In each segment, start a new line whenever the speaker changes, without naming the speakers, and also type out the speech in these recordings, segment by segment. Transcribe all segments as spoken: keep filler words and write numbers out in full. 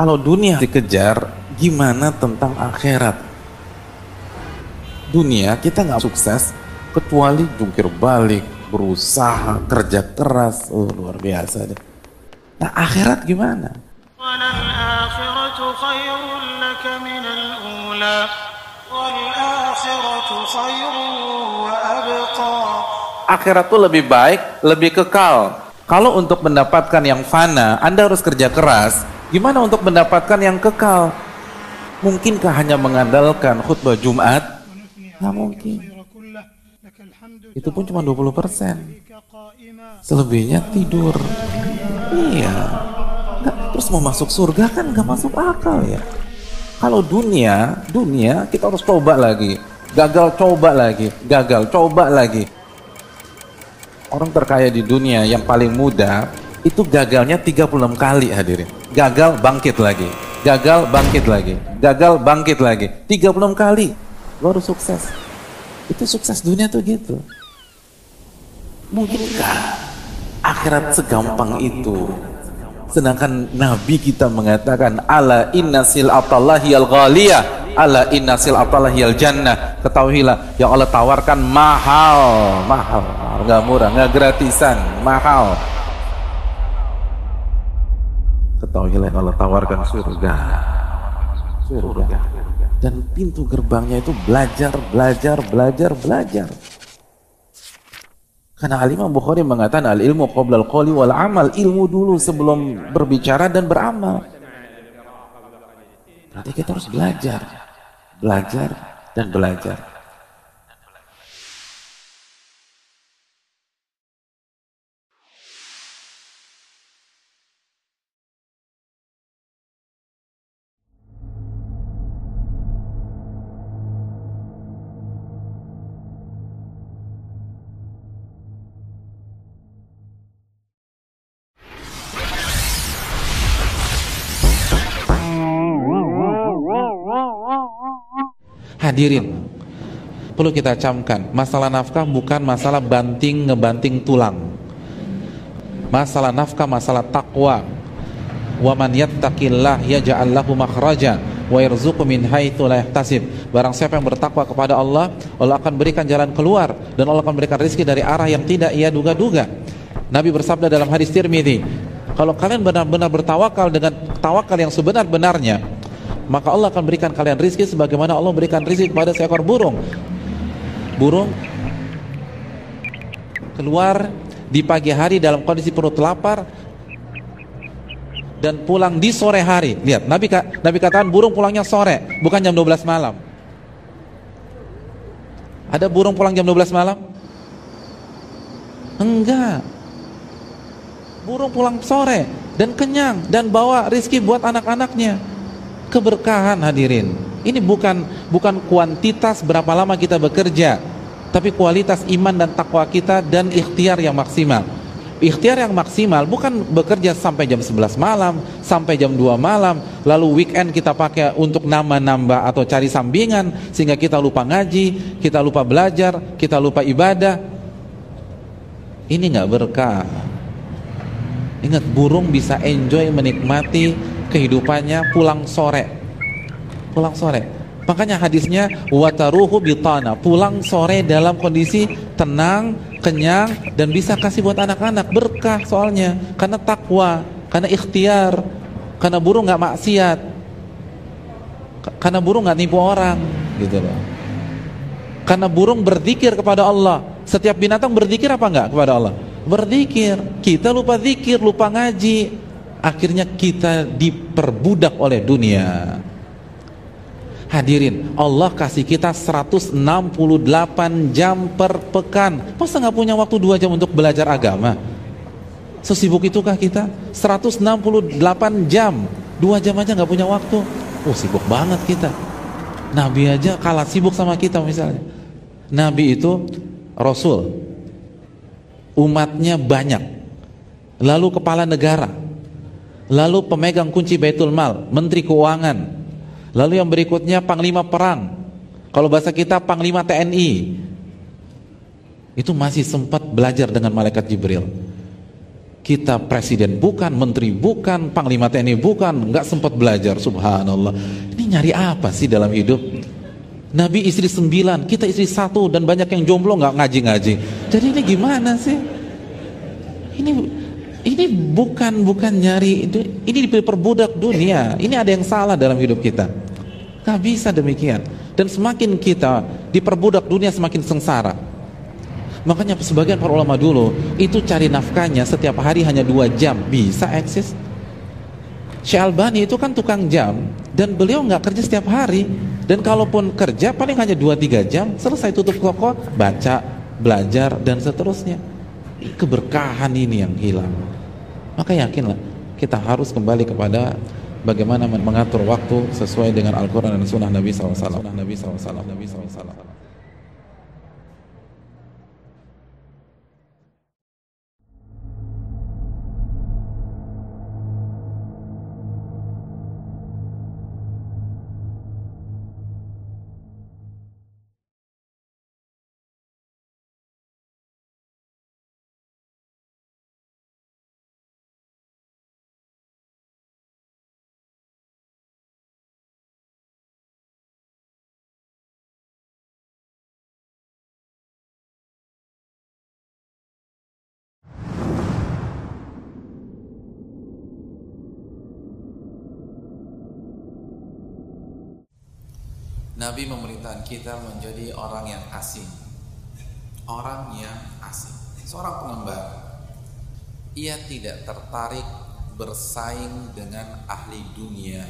Kalau dunia dikejar, gimana tentang akhirat? Dunia kita nggak sukses kecuali jungkir balik, berusaha, kerja keras, oh, luar biasa deh. Nah akhirat gimana? Akhirat tuh lebih baik, lebih kekal. Kalau untuk mendapatkan yang fana, Anda harus kerja keras. Gimana untuk mendapatkan yang kekal? Mungkinkah hanya mengandalkan khutbah Jumat? Nggak mungkin. Itu pun cuma dua puluh persen. Selebihnya tidur. Iya. Nggak, terus mau masuk surga kan nggak masuk akal ya. Kalau dunia, dunia kita harus coba lagi. Gagal coba lagi. Gagal coba lagi. Orang terkaya di dunia yang paling muda itu gagalnya tiga puluh enam kali hadirin. Gagal bangkit lagi. Gagal bangkit lagi. Gagal bangkit lagi. tiga puluh enam kali baru sukses. Itu sukses dunia tuh gitu. Mungkinkah akhirat segampang itu? Sedangkan Nabi kita mengatakan ala inna sil'atallahi al-ghaliyah, ala inna sil'atallahi al-jannah. Ketahuilah yang Allah tawarkan mahal, mahal, nggak murah, nggak gratisan, mahal. Ketahuilah yang Allah tawarkan surga, surga. Dan pintu gerbangnya itu belajar, belajar, belajar, belajar. Karena Al-Imam Bukhari mengatakan al-ilmu qabla al-qawli wal amal, ilmu dulu sebelum berbicara dan beramal. Berarti kita harus belajar, belajar dan belajar. Hadirin, perlu kita camkan, masalah nafkah bukan masalah banting ngebanting tulang. Masalah nafkah masalah takwa. Wa man yattaqillah yaj'al lahu makhraja wa yarzuqhu min haitsu la yahtasib. Barang siapa yang bertakwa kepada Allah, Allah akan berikan jalan keluar dan Allah akan berikan rezeki dari arah yang tidak ia duga-duga. Nabi bersabda dalam hadis Tirmidzi, kalau kalian benar-benar bertawakal dengan tawakal yang sebenar-benarnya, maka Allah akan berikan kalian rizki sebagaimana Allah berikan rizki kepada seekor burung. Burung keluar di pagi hari dalam kondisi perut lapar dan pulang di sore hari. Lihat, Nabi Nabi katakan burung pulangnya sore, bukan jam dua belas malam. Ada burung pulang jam dua belas malam? Enggak. Burung pulang sore dan kenyang dan bawa rizki buat anak-anaknya. Keberkahan hadirin. Ini bukan bukan kuantitas berapa lama kita bekerja, tapi kualitas iman dan takwa kita dan ikhtiar yang maksimal. Ikhtiar yang maksimal bukan bekerja sampai jam sebelas malam, sampai jam dua malam, lalu weekend kita pakai untuk nambah-nambah atau cari sambingan sehingga kita lupa ngaji, kita lupa belajar, kita lupa ibadah. Ini nggak berkah. Ingat, burung bisa enjoy menikmati kehidupannya pulang sore, pulang sore. Makanya hadisnya wataruhu bitana, pulang sore dalam kondisi tenang, kenyang dan bisa kasih buat anak-anak. Berkah soalnya, karena takwa, karena ikhtiar, karena burung nggak maksiat, karena burung nggak nipu orang, gitu loh. Karena burung berzikir kepada Allah. Setiap binatang berzikir apa enggak kepada Allah? Berzikir. Kita lupa zikir, lupa ngaji. Akhirnya kita diperbudak oleh dunia. Hadirin, Allah kasih kita seratus enam puluh delapan jam per pekan. Masa nggak punya waktu dua jam untuk belajar agama? Sesibuk itukah kita? seratus enam puluh delapan jam, dua jam aja nggak punya waktu. Oh, sibuk banget kita. Nabi aja kalah sibuk sama kita misalnya. Nabi itu Rasul, umatnya banyak, lalu kepala negara, lalu pemegang kunci Baitul Mal, menteri keuangan, lalu yang berikutnya panglima perang, kalau bahasa kita panglima T N I. Itu masih sempat belajar dengan malaikat Jibril. Kita presiden bukan, menteri bukan, panglima T N I bukan, nggak sempat belajar. Subhanallah. Ini nyari apa sih dalam hidup? Nabi istri sembilan, kita istri satu, dan banyak yang jomblo nggak ngaji-ngaji. Jadi ini gimana sih? Ini ini bukan bukan nyari, ini diperbudak dunia. Ini ada yang salah dalam hidup kita. Nggak bisa demikian. Dan semakin kita diperbudak dunia, semakin sengsara. Makanya sebagian para ulama dulu itu cari nafkahnya setiap hari hanya dua jam, bisa eksis. Syekh Albani itu kan tukang jam, dan beliau nggak kerja setiap hari, dan kalaupun kerja paling hanya dua tiga jam, selesai tutup toko, baca, belajar, dan seterusnya. Keberkahan ini yang hilang. Maka yakinlah kita harus kembali kepada bagaimana mengatur waktu sesuai dengan Al-Quran dan Sunnah Nabi shallallahu alaihi wasallam. Nabi memerintahkan kita menjadi orang yang asing. Orang yang asing. Seorang pengembara, ia tidak tertarik bersaing dengan ahli dunia.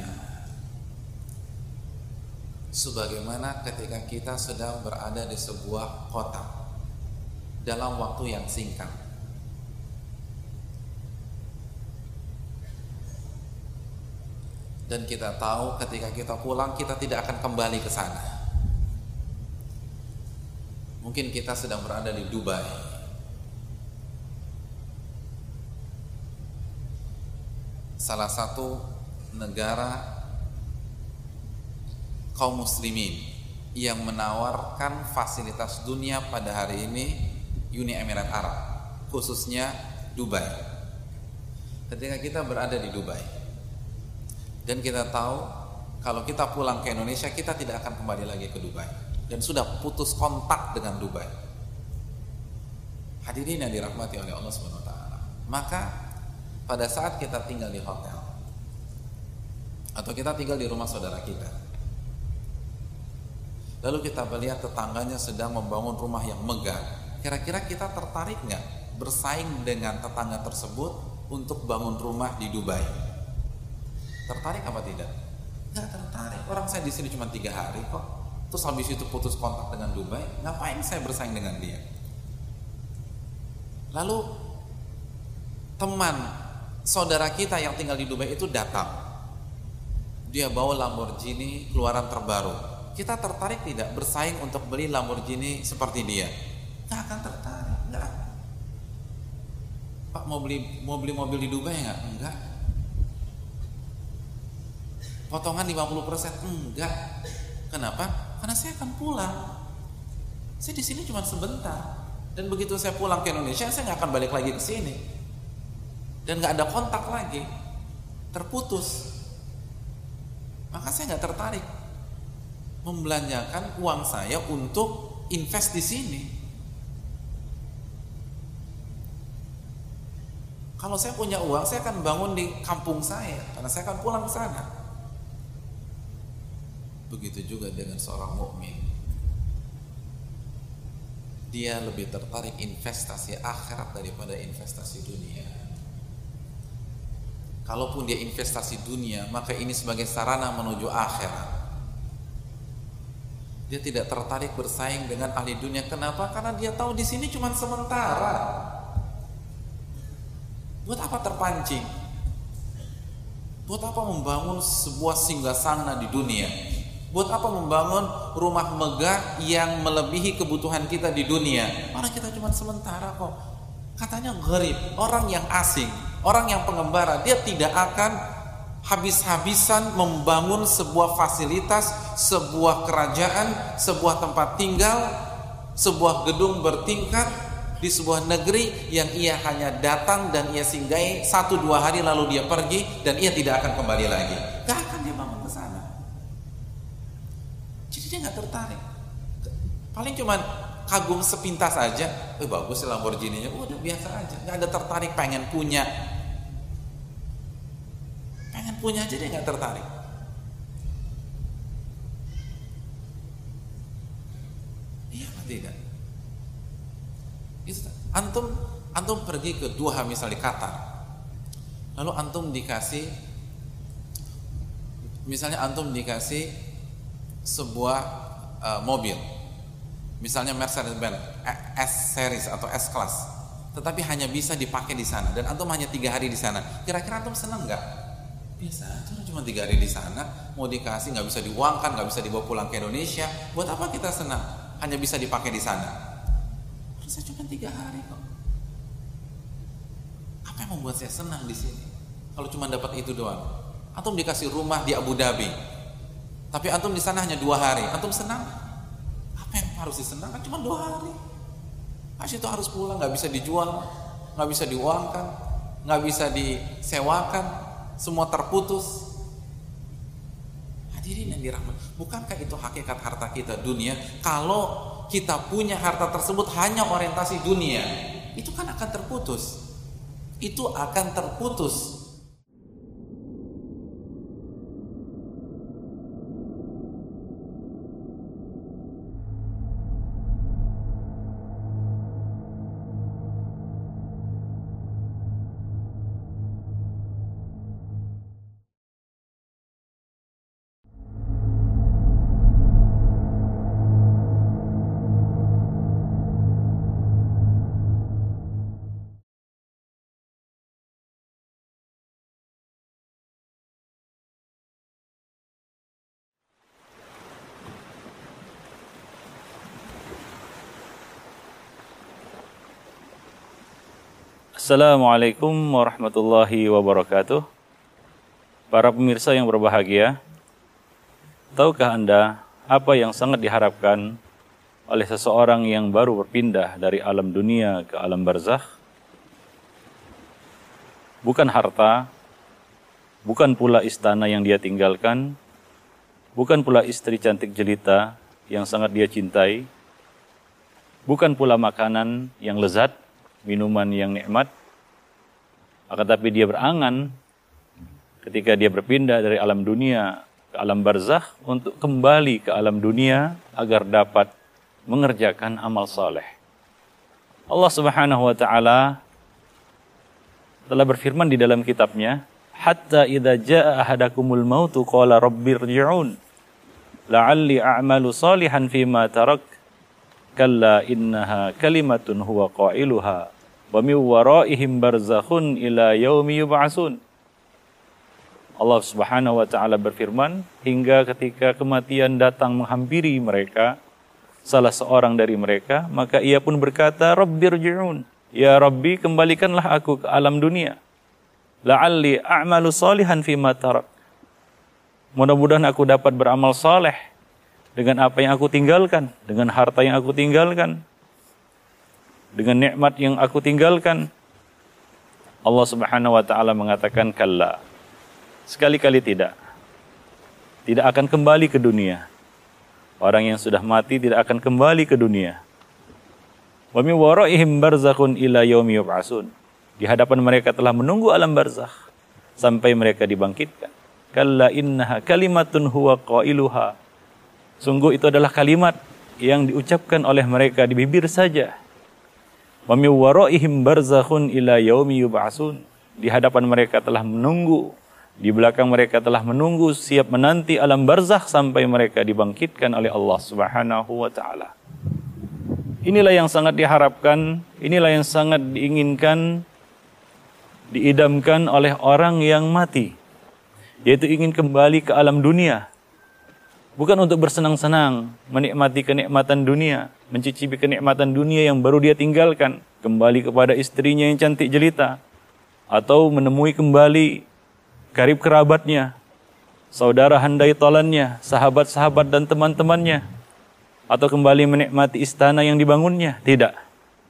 Sebagaimana ketika kita sedang berada di sebuah kota dalam waktu yang singkat, dan kita tahu ketika kita pulang kita tidak akan kembali ke sana. Mungkin kita sedang berada di Dubai, salah satu negara kaum muslimin yang menawarkan fasilitas dunia pada hari ini, Uni Emirat Arab, khususnya Dubai. Ketika kita berada di Dubai dan kita tahu kalau kita pulang ke Indonesia kita tidak akan kembali lagi ke Dubai, dan sudah putus kontak dengan Dubai. Hadirin yang dirahmati oleh Allah Subhanahu wa taala. Maka pada saat kita tinggal di hotel atau kita tinggal di rumah saudara kita, lalu kita melihat tetangganya sedang membangun rumah yang megah, kira-kira kita tertarik nggak bersaing dengan tetangga tersebut untuk bangun rumah di Dubai? Tertarik apa tidak? Nggak tertarik. Orang saya di sini cuma tiga hari kok. Terus habis itu putus kontak dengan Dubai. Ngapain saya bersaing dengan dia? Lalu teman saudara kita yang tinggal di Dubai itu datang. Dia bawa Lamborghini keluaran terbaru. Kita tertarik tidak bersaing untuk beli Lamborghini seperti dia? Nggak akan tertarik. Nggak. Pak, mau beli mau beli mobil di Dubai nggak? Enggak. Potongan lima puluh persen? Enggak. Kenapa? Karena saya akan pulang. Saya di sini cuma sebentar. Dan begitu saya pulang ke Indonesia, saya nggak akan balik lagi ke sini. Dan nggak ada kontak lagi. Terputus. Maka saya nggak tertarik membelanjakan uang saya untuk invest di sini. Kalau saya punya uang, saya akan bangun di kampung saya, karena saya akan pulang ke sana. Begitu juga dengan seorang mukmin. Dia lebih tertarik investasi akhirat daripada investasi dunia. Kalaupun dia investasi dunia, maka ini sebagai sarana menuju akhirat. Dia tidak tertarik bersaing dengan ahli dunia. Kenapa? Karena dia tahu di sini cuma sementara. Buat apa terpancing? Buat apa membangun sebuah singgasana di dunia? Buat apa membangun rumah megah yang melebihi kebutuhan kita di dunia? Orang kita cuma sementara kok. Katanya gharib, orang yang asing, orang yang pengembara, dia tidak akan habis-habisan membangun sebuah fasilitas, sebuah kerajaan, sebuah tempat tinggal, sebuah gedung bertingkat di sebuah negeri yang ia hanya datang dan ia singgahi satu dua hari lalu dia pergi dan ia tidak akan kembali lagi. Gak akan dia bangun ke sana. Jadi dia nggak tertarik. Paling cuman kagum sepintas aja, eh bagus Lamborghini-nya, udah biasa aja, nggak ada tertarik pengen punya, pengen punya aja dia nggak tertarik. Iya apa tidak? Itu, antum antum pergi ke Doha misalnya Qatar, lalu antum dikasih, misalnya antum dikasih sebuah uh, mobil. Misalnya Mercedes-Benz S series atau S class, tetapi hanya bisa dipakai di sana dan antum hanya tiga hari di sana. Kira-kira antum senang nggak? Biasa aja, cuma tiga hari di sana, mau dikasih nggak bisa diuangkan, nggak bisa dibawa pulang ke Indonesia. Buat apa kita senang? Hanya bisa dipakai di sana. Saya cuma tiga hari kok. Apa yang membuat saya senang di sini? Kalau cuma dapat itu doang. Antum dikasih rumah di Abu Dhabi, tapi antum di sana hanya dua hari. Antum senang? Apa yang harus disenangkan? Cuma dua hari. Habis itu harus pulang, nggak bisa dijual, nggak bisa diuangkan, nggak bisa disewakan, semua terputus. Hadirin yang dirahmati, bukankah itu hakikat harta kita dunia? Kalau kita punya harta tersebut hanya orientasi dunia, itu kan akan terputus. Itu akan terputus.
Assalamualaikum warahmatullahi wabarakatuh. Para pemirsa yang berbahagia, tahukah Anda apa yang sangat diharapkan oleh seseorang yang baru berpindah dari alam dunia ke alam barzakh? Bukan harta, bukan pula istana yang dia tinggalkan, bukan pula istri cantik jelita yang sangat dia cintai, bukan pula makanan yang lezat, minuman yang nikmat, akan tapi dia berangan ketika dia berpindah dari alam dunia ke alam barzakh untuk kembali ke alam dunia agar dapat mengerjakan amal saleh. Allah Subhanahu wa taala telah berfirman di dalam kitabnya, hatta idza jaa ahadakumul mautu qala rabbirji'un la'alli a'malu salihan fima tarak kalla innaha kalimatun huwa qailuha wa min waraihim barzakhun ila yaumi yub'atsun. Allah Subhanahu wa taala berfirman, hingga ketika kematian datang menghampiri mereka, salah seorang dari mereka, maka ia pun berkata, rabbirji'un, ya Rabbi, kembalikanlah aku ke alam dunia, la'alli a'malu salihan fima tarak, mudah-mudahan aku dapat beramal saleh dengan apa yang aku tinggalkan, dengan harta yang aku tinggalkan, dengan nikmat yang aku tinggalkan. Allah Subhanahu wa taala mengatakan, kalla, sekali-kali tidak. Tidak akan kembali ke dunia. Orang yang sudah mati tidak akan kembali ke dunia. Wa min waraihim barzakhun ila yaumi yub'atsun. Di hadapan mereka telah menunggu alam barzakh sampai mereka dibangkitkan. Kalla innaha kalimatun huwa qailuha. Sungguh itu adalah kalimat yang diucapkan oleh mereka di bibir saja. Wa min waraihim barzakhun ila yaumi yub'atsun. Di hadapan mereka telah menunggu, di belakang mereka telah menunggu, siap menanti alam barzakh sampai mereka dibangkitkan oleh Allah Subhanahu wa taala. Inilah yang sangat diharapkan, inilah yang sangat diinginkan, diidamkan oleh orang yang mati, yaitu ingin kembali ke alam dunia. Bukan untuk bersenang-senang, menikmati kenikmatan dunia, mencicipi kenikmatan dunia yang baru dia tinggalkan, kembali kepada istrinya yang cantik jelita, atau menemui kembali karib kerabatnya, saudara handai tolannya, sahabat-sahabat dan teman-temannya, atau kembali menikmati istana yang dibangunnya. Tidak.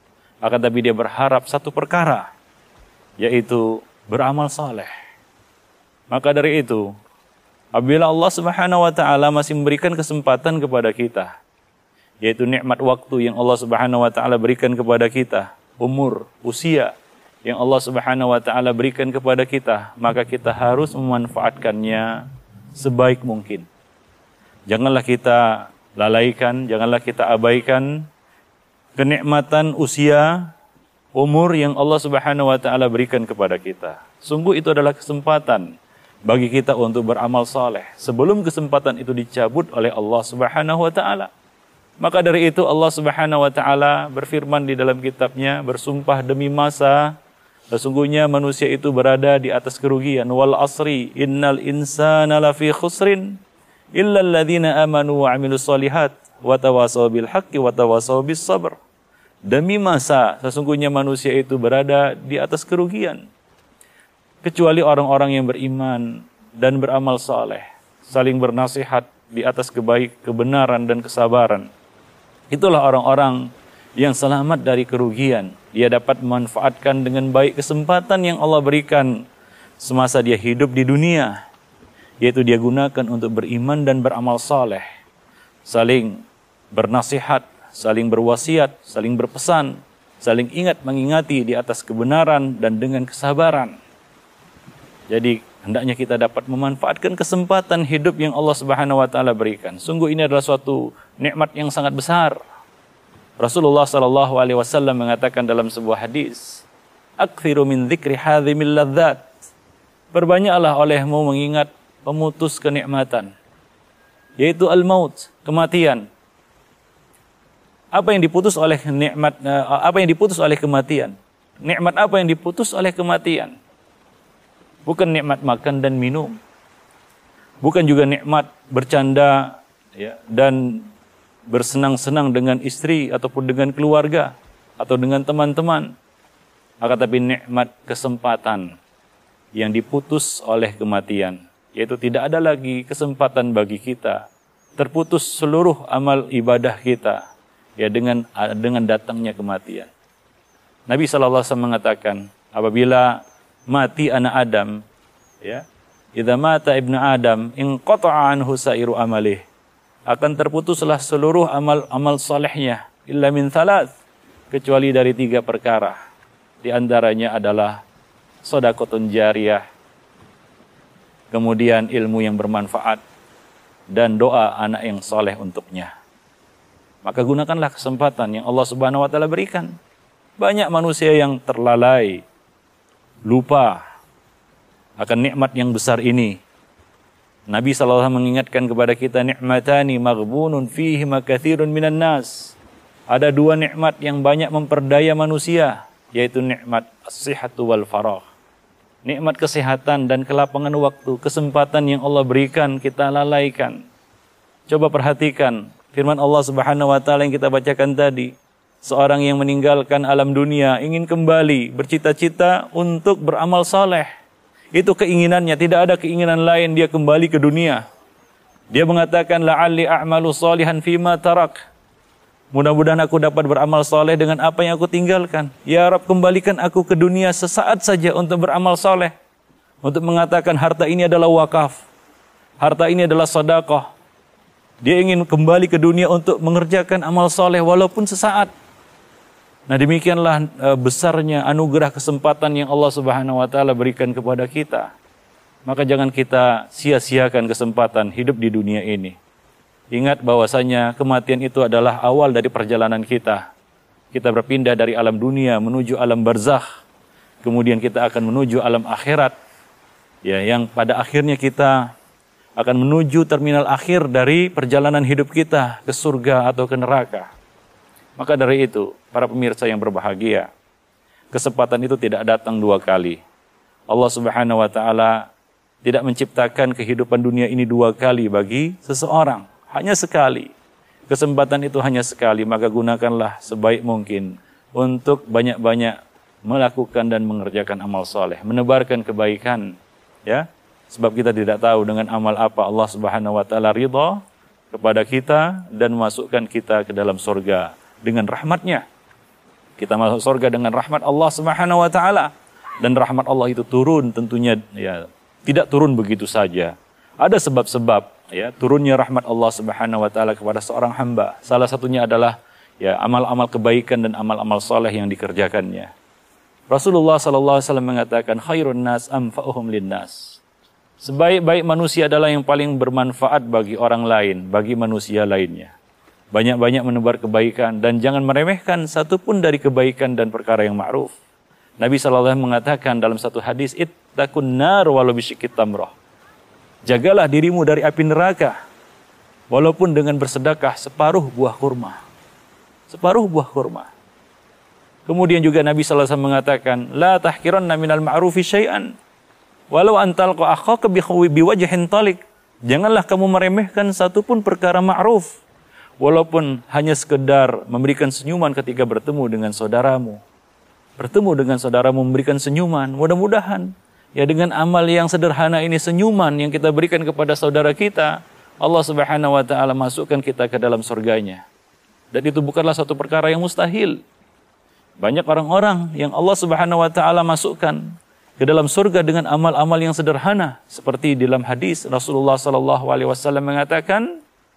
akan tapi dia berharap satu perkara, yaitu beramal saleh. Maka dari itu, apabila Allah Subhanahu wa taala masih memberikan kesempatan kepada kita, yaitu nikmat waktu yang Allah Subhanahu wa taala berikan kepada kita, umur, usia yang Allah Subhanahu wa taala berikan kepada kita, maka kita harus memanfaatkannya sebaik mungkin. Janganlah kita lalaikan, janganlah kita abaikan kenikmatan usia, umur yang Allah Subhanahu wa taala berikan kepada kita. Sungguh itu adalah kesempatan bagi kita untuk beramal saleh sebelum kesempatan itu dicabut oleh Allah Subhanahu wa taala. Maka dari itu Allah Subhanahu wa taala berfirman di dalam kitabnya, bersumpah demi masa, sesungguhnya manusia itu berada di atas kerugian. Wal asri innal insana lafi khusrin illa alladzina amanu wa amilus solihat wa tawasaw bil haqqi wa tawasaw bis sabr. Demi masa, sesungguhnya manusia itu berada di atas kerugian, kecuali orang-orang yang beriman dan beramal saleh, saling bernasihat di atas kebaik, kebenaran dan kesabaran. Itulah orang-orang yang selamat dari kerugian. Dia dapat memanfaatkan dengan baik kesempatan yang Allah berikan semasa dia hidup di dunia, yaitu dia gunakan untuk beriman dan beramal saleh, saling bernasihat, saling berwasiat, saling berpesan, saling ingat mengingati di atas kebenaran dan dengan kesabaran. Jadi hendaknya kita dapat memanfaatkan kesempatan hidup yang Allah Subhanahu wa taala berikan. Sungguh ini adalah suatu nikmat yang sangat besar. Rasulullah sallallahu alaihi wasallam mengatakan dalam sebuah hadis, "Aktsiru min dzikri hadzimil ladzat." Perbanyaklah olehmu mengingat pemutus kenikmatan, yaitu al-maut, kematian. Apa yang diputus oleh nikmat apa yang diputus oleh kematian? Nikmat apa yang diputus oleh kematian? Bukan nikmat makan dan minum. Bukan juga nikmat bercanda ya, dan bersenang-senang dengan istri ataupun dengan keluarga atau dengan teman-teman. Akan tapi nikmat kesempatan yang diputus oleh kematian, yaitu tidak ada lagi kesempatan bagi kita. Terputus seluruh amal ibadah kita ya dengan dengan datangnya kematian. Nabi sallallahu alaihi wasallam mengatakan, apabila mati anak Adam, ya, idza mata ibnu Adam inqata'a anhu sa'iru amalih, akan terputuslah seluruh amal amal salehnya illa min thalath, kecuali dari tiga perkara. Di antaranya adalah shadaqatun jariyah, kemudian ilmu yang bermanfaat, dan doa anak yang saleh untuknya. Maka gunakanlah kesempatan yang Allah Subhanahu wa taala berikan. Banyak manusia yang terlalai, lupa akan nikmat yang besar ini. Nabi sallallahu alaihi wasallam mengingatkan kepada kita, nikmatani maghbunun fihi makatsirun minan nas. Ada dua nikmat yang banyak memperdaya manusia, yaitu nikmat as-sihhatu wal faragh. Nikmat kesehatan dan kelapangan waktu, kesempatan yang Allah berikan kita lalaikan. Coba perhatikan firman Allah Subhanahu wa taala yang kita bacakan tadi. Seorang yang meninggalkan alam dunia ingin kembali, bercita-cita untuk beramal saleh. Itu keinginannya, tidak ada keinginan lain dia kembali ke dunia. Dia mengatakan, la'alli a'malu salihan fima tarak. Mudah-mudahan aku dapat beramal saleh dengan apa yang aku tinggalkan. Ya Rabb, kembalikan aku ke dunia sesaat saja untuk beramal saleh. Untuk mengatakan harta ini adalah wakaf. Harta ini adalah sedekah. Dia ingin kembali ke dunia untuk mengerjakan amal saleh walaupun sesaat. Nah, demikianlah e, besarnya anugerah kesempatan yang Allah Subhanahu wa taala berikan kepada kita. Maka jangan kita sia-siakan kesempatan hidup di dunia ini. Ingat bahwasanya kematian itu adalah awal dari perjalanan kita. Kita berpindah dari alam dunia menuju alam barzakh. Kemudian kita akan menuju alam akhirat. Ya, yang pada akhirnya kita akan menuju terminal akhir dari perjalanan hidup kita ke surga atau ke neraka. Maka dari itu, para pemirsa yang berbahagia, kesempatan itu tidak datang dua kali. Allah Subhanahu wa taala tidak menciptakan kehidupan dunia ini dua kali bagi seseorang, hanya sekali. Kesempatan itu hanya sekali, maka gunakanlah sebaik mungkin untuk banyak-banyak melakukan dan mengerjakan amal soleh, menebarkan kebaikan, ya. Sebab kita tidak tahu dengan amal apa Allah Subhanahu wa taala ridha kepada kita dan memasukkan kita ke dalam surga dengan rahmatnya. Kita masuk surga dengan rahmat Allah Subhanahu wa taala. Dan rahmat Allah itu turun tentunya ya tidak turun begitu saja. Ada sebab-sebab ya turunnya rahmat Allah Subhanahu wa taala kepada seorang hamba. Salah satunya adalah ya amal-amal kebaikan dan amal-amal soleh yang dikerjakannya. Rasulullah sallallahu alaihi wasallam mengatakan khairun nas anfa'uhum linnas. Sebaik-baik manusia adalah yang paling bermanfaat bagi orang lain, bagi manusia lainnya. Banyak-banyak menebar kebaikan dan jangan meremehkan satu pun dari kebaikan dan perkara yang ma'ruf. Nabi sallallahu alaihi wasallam mengatakan dalam satu hadis, ittaqun nar walau bisyikit tamrah. Jagalah dirimu dari api neraka walaupun dengan bersedekah separuh buah kurma. Separuh buah kurma. Kemudian juga Nabi sallallahu alaihi wasallam mengatakan, la tahkiranna minal ma'rufi syai'an walau antalqa akhaka biwajhin talik. Janganlah kamu meremehkan satu pun perkara ma'ruf walaupun hanya sekedar memberikan senyuman ketika bertemu dengan saudaramu. Bertemu dengan saudaramu memberikan senyuman. Mudah-mudahan ya dengan amal yang sederhana ini, senyuman yang kita berikan kepada saudara kita, Allah Subhanahu wa taala masukkan kita ke dalam surganya. Dan itu bukanlah satu perkara yang mustahil. Banyak orang-orang yang Allah Subhanahu wa taala masukkan ke dalam surga dengan amal-amal yang sederhana, seperti di dalam hadis Rasulullah sallallahu alaihi wasallam mengatakan,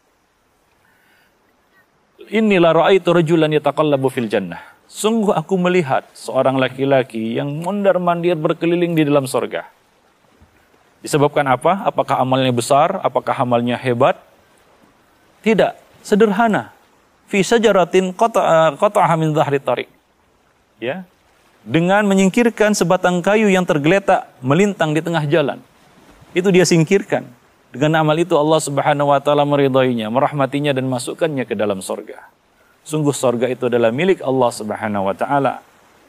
"Inni la ra'aitu rajulan yataqallabu fil jannah." Sungguh aku melihat seorang laki-laki yang mondar-mandir berkeliling di dalam surga. Disebabkan apa? Apakah amalnya besar? Apakah amalnya hebat? Tidak, sederhana. Fi sajaratin qata'aha min dhahri tariq. Ya. Dengan menyingkirkan sebatang kayu yang tergeletak melintang di tengah jalan. Itu dia singkirkan. Dengan amal itu Allah Subhanahu wa taala meridainya, merahmatinya dan masukkannya ke dalam surga. Sungguh surga itu adalah milik Allah Subhanahu wa taala.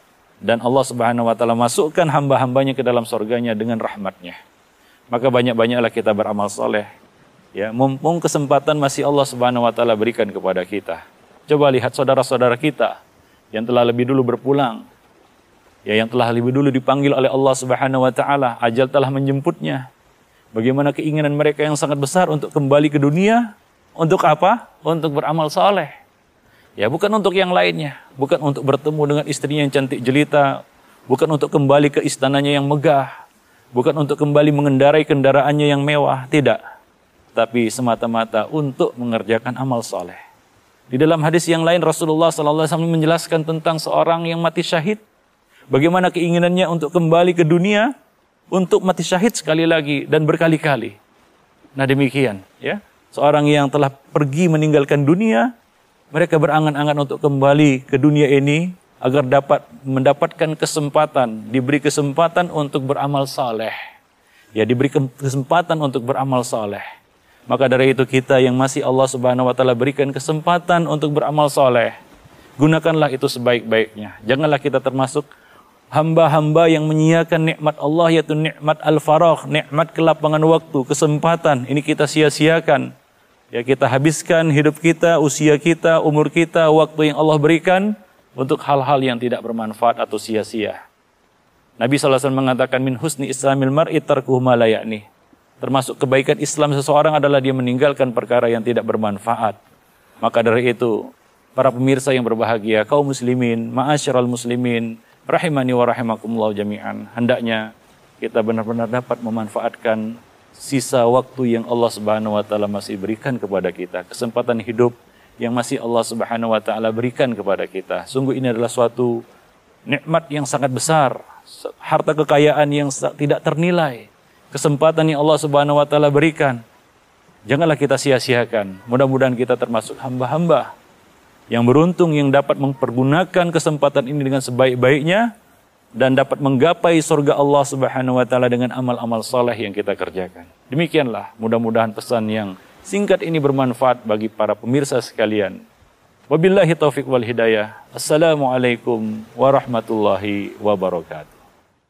Dan Allah Subhanahu wa taala masukkan hamba-hambanya ke dalam surganya dengan rahmatnya. Maka banyak-banyaklah kita beramal soleh. Ya, mumpung kesempatan masih Allah Subhanahu wa taala berikan kepada kita. Coba lihat saudara-saudara kita yang telah lebih dulu berpulang. Ya, yang telah lebih dulu dipanggil oleh Allah Subhanahu wa taala, ajal telah menjemputnya. Bagaimana keinginan mereka yang sangat besar untuk kembali ke dunia? Untuk apa? Untuk beramal soleh. Ya, bukan untuk yang lainnya, bukan untuk bertemu dengan istrinya yang cantik jelita, bukan untuk kembali ke istananya yang megah, bukan untuk kembali mengendarai kendaraannya yang mewah, tidak. Tapi semata-mata untuk mengerjakan amal soleh. Di dalam hadis yang lain Rasulullah sallallahu alaihi wasallam menjelaskan tentang seorang yang mati syahid, bagaimana keinginannya untuk kembali ke dunia, untuk mati syahid sekali lagi dan berkali-kali. Nah demikian, ya, seorang yang telah pergi meninggalkan dunia, mereka berangan-angan untuk kembali ke dunia ini agar dapat mendapatkan kesempatan, diberi kesempatan untuk beramal saleh. Ya, diberi kesempatan untuk beramal saleh. Maka dari itu kita yang masih Allah Subhanahu wa taala berikan kesempatan untuk beramal saleh, gunakanlah itu sebaik-baiknya. Janganlah kita termasuk hamba-hamba yang menyia-nyiakan nikmat Allah, yaitu nikmat al-faragh, nikmat kelapangan waktu, kesempatan. Ini kita sia-siakan. Ya, kita habiskan hidup kita, usia kita, umur kita, waktu yang Allah berikan untuk hal-hal yang tidak bermanfaat atau sia-sia. Nabi sallallahu alaihi wasallam mengatakan min husni islamil mar'i tarkuhu ma la ya'ni. Termasuk kebaikan Islam seseorang adalah dia meninggalkan perkara yang tidak bermanfaat. Maka dari itu, para pemirsa yang berbahagia, kaum muslimin, ma'asyiral muslimin, rahimani wa rahimakumullah jami'an, hendaknya kita benar-benar dapat memanfaatkan sisa waktu yang Allah Subhanahu wa taala masih berikan kepada kita, kesempatan hidup yang masih Allah Subhanahu wa taala berikan kepada kita. Sungguh ini adalah suatu nikmat yang sangat besar, harta kekayaan yang tidak ternilai, kesempatan yang Allah Subhanahu wa taala berikan. Janganlah kita sia-siakan. Mudah-mudahan kita termasuk hamba-hamba yang beruntung yang dapat mempergunakan kesempatan ini dengan sebaik-baiknya dan dapat menggapai surga Allah Subhanahu wa taala dengan amal-amal saleh yang kita kerjakan. Demikianlah, mudah-mudahan pesan yang singkat ini bermanfaat bagi para pemirsa sekalian. Wabillahi taufik wal hidayah. Assalamualaikum warahmatullahi wabarakatuh.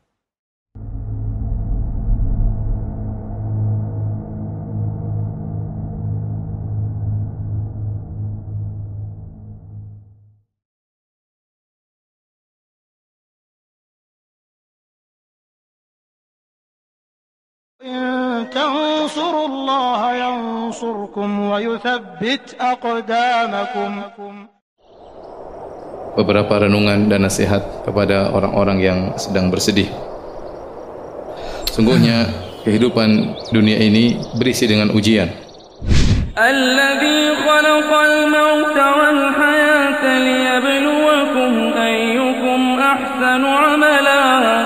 إن تنصروا الله ينصركم ويثبت أقدامكم
beberapa renungan dan nasihat kepada orang-orang yang sedang bersedih. Sungguhnya kehidupan dunia ini berisi dengan ujian.
Alladzi khalaqal mauta wal hayata liyabluwakum ayyukum ahsanu amala.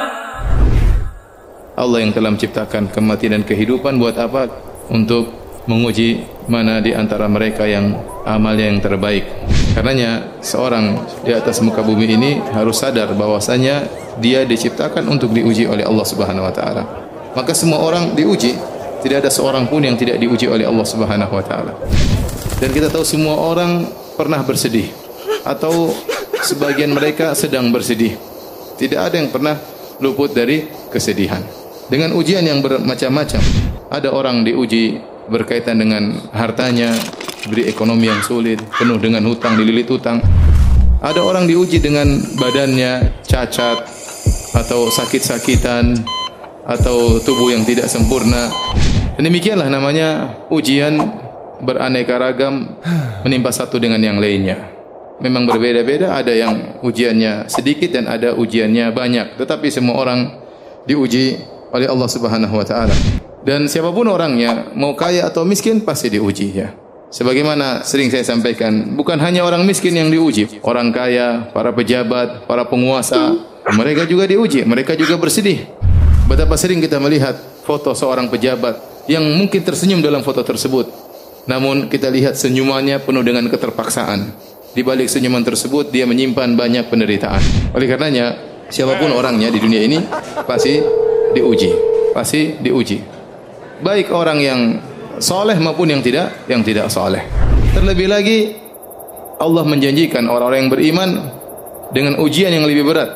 Allah yang telah menciptakan kematian dan kehidupan buat apa? Untuk menguji mana di antara mereka yang amalnya yang terbaik. Karenanya seorang di atas muka bumi ini harus sadar bahwasanya dia diciptakan untuk diuji oleh Allah Subhanahu wa taala. Maka semua orang diuji, tidak ada seorang pun yang tidak diuji oleh Allah Subhanahu wa taala. Dan kita tahu semua orang pernah bersedih atau sebagian mereka sedang bersedih. Tidak ada yang pernah luput dari kesedihan. Dengan ujian yang bermacam-macam. Ada orang diuji berkaitan dengan hartanya, diberi ekonomi yang sulit, penuh dengan hutang, dililit hutang. Ada orang diuji dengan badannya cacat atau sakit-sakitan atau tubuh yang tidak sempurna. Dan demikianlah namanya ujian beraneka ragam menimpa satu dengan yang lainnya. Memang berbeda-beda, ada yang ujiannya sedikit dan ada ujiannya banyak. Tetapi semua orang diuji oleh Allah Subhanahu wa taala. Dan siapapun orangnya, mau kaya atau miskin pasti diuji ya. Sebagaimana sering saya sampaikan, bukan hanya orang miskin yang diuji, orang kaya, para pejabat, para penguasa, mereka juga diuji, mereka juga bersedih. Betapa sering kita melihat foto seorang pejabat yang mungkin tersenyum dalam foto tersebut. Namun kita lihat senyumannya penuh dengan keterpaksaan. Di balik senyuman tersebut dia menyimpan banyak penderitaan. Oleh karenanya, siapapun orangnya di dunia ini pasti diuji, pasti diuji. Baik orang yang soleh maupun yang tidak, yang tidak soleh. Terlebih lagi Allah menjanjikan orang-orang yang beriman dengan ujian yang lebih berat.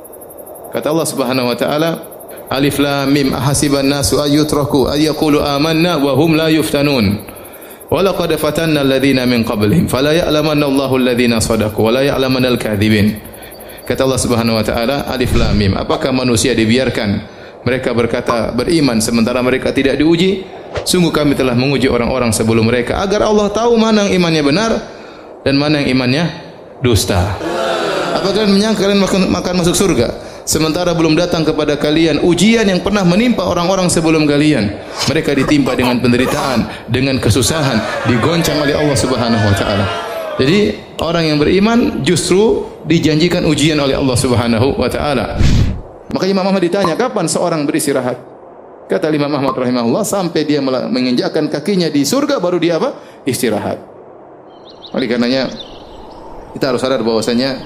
Kata Allah Subhanahu wa taala, Alif Lam Mim ahasiban nasu ayyutraku ayyaqulu amanna wa hum la yuftanun. Wa laqad fatanna alladhina min qablihim fala ya'lamanna Allahu alladhina sadaqu wa la ya'lamanna al-kadhibin. Kata Allah Subhanahu wa taala, Alif Lam Mim, apakah manusia dibiarkan mereka berkata beriman sementara mereka tidak diuji? Sungguh kami telah menguji orang-orang sebelum mereka agar Allah tahu mana yang imannya benar dan mana yang imannya dusta. Apakah kalian menyangka kalian makan, makan masuk surga sementara belum datang kepada kalian ujian yang pernah menimpa orang-orang sebelum kalian? Mereka ditimpa dengan penderitaan, dengan kesusahan, digoncang oleh Allah Subhanahu wa taala. Jadi orang yang beriman justru dijanjikan ujian oleh Allah Subhanahu wa taala. Maka Imam Ahmad ditanya, kapan seorang beristirahat? Kata Imam Ahmad rahimahullah, sampai dia menginjakkan kakinya di surga baru dia apa? Istirahat. Oleh karenanya kita harus sadar bahwasanya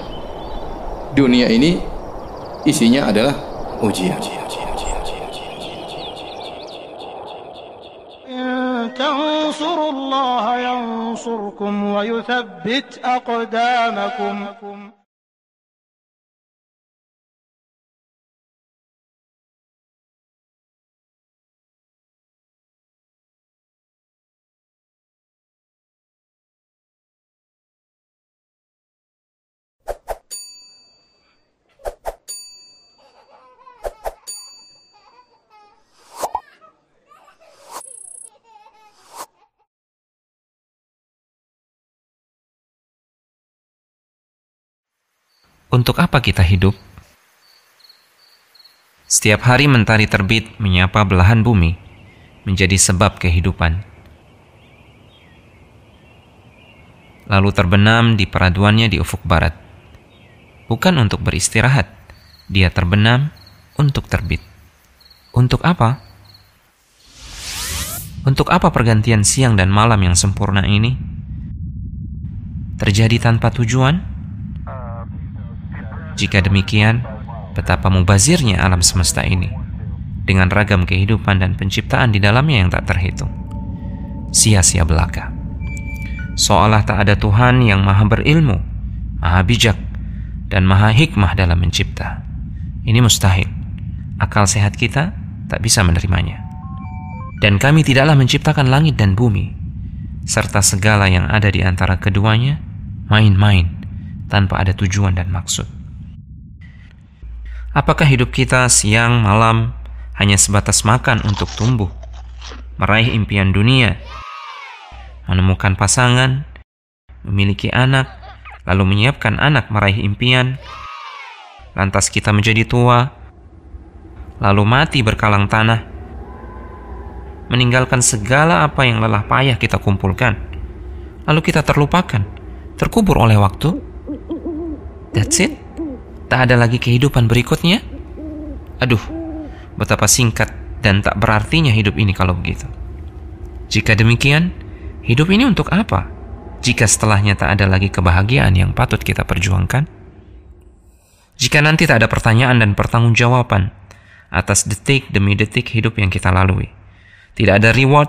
dunia ini isinya adalah ujian.
Tansurullaha yansurkum wa yuthabbit aqdamakum.
Untuk apa kita hidup? Setiap hari mentari terbit menyapa belahan bumi, menjadi sebab kehidupan. Lalu terbenam di peraduannya di ufuk barat. Bukan untuk beristirahat, dia terbenam untuk terbit. Untuk apa? Untuk apa pergantian siang dan malam yang sempurna ini terjadi tanpa tujuan? Jika demikian, betapa mubazirnya alam semesta ini dengan ragam kehidupan dan penciptaan di dalamnya yang tak terhitung. Sia-sia belaka. Seolah tak ada Tuhan yang maha berilmu, maha bijak, dan maha hikmah dalam mencipta. Ini mustahil. Akal sehat kita tak bisa menerimanya. Dan kami tidaklah menciptakan langit dan bumi, serta segala yang ada di antara keduanya, main-main, tanpa ada tujuan dan maksud. Apakah hidup kita siang malam hanya sebatas makan untuk tumbuh, meraih impian dunia, menemukan pasangan, memiliki anak, lalu menyiapkan anak meraih impian, lantas kita menjadi tua, lalu mati berkalang tanah, meninggalkan segala apa yang lelah payah kita kumpulkan, lalu kita terlupakan, terkubur oleh waktu. That's it? Tak ada lagi kehidupan berikutnya? Aduh, betapa singkat dan tak berartinya hidup ini kalau begitu. Jika demikian, hidup ini untuk apa? Jika setelahnya tak ada lagi kebahagiaan yang patut kita perjuangkan? Jika nanti tak ada pertanyaan dan pertanggungjawaban atas detik demi detik hidup yang kita lalui, tidak ada reward,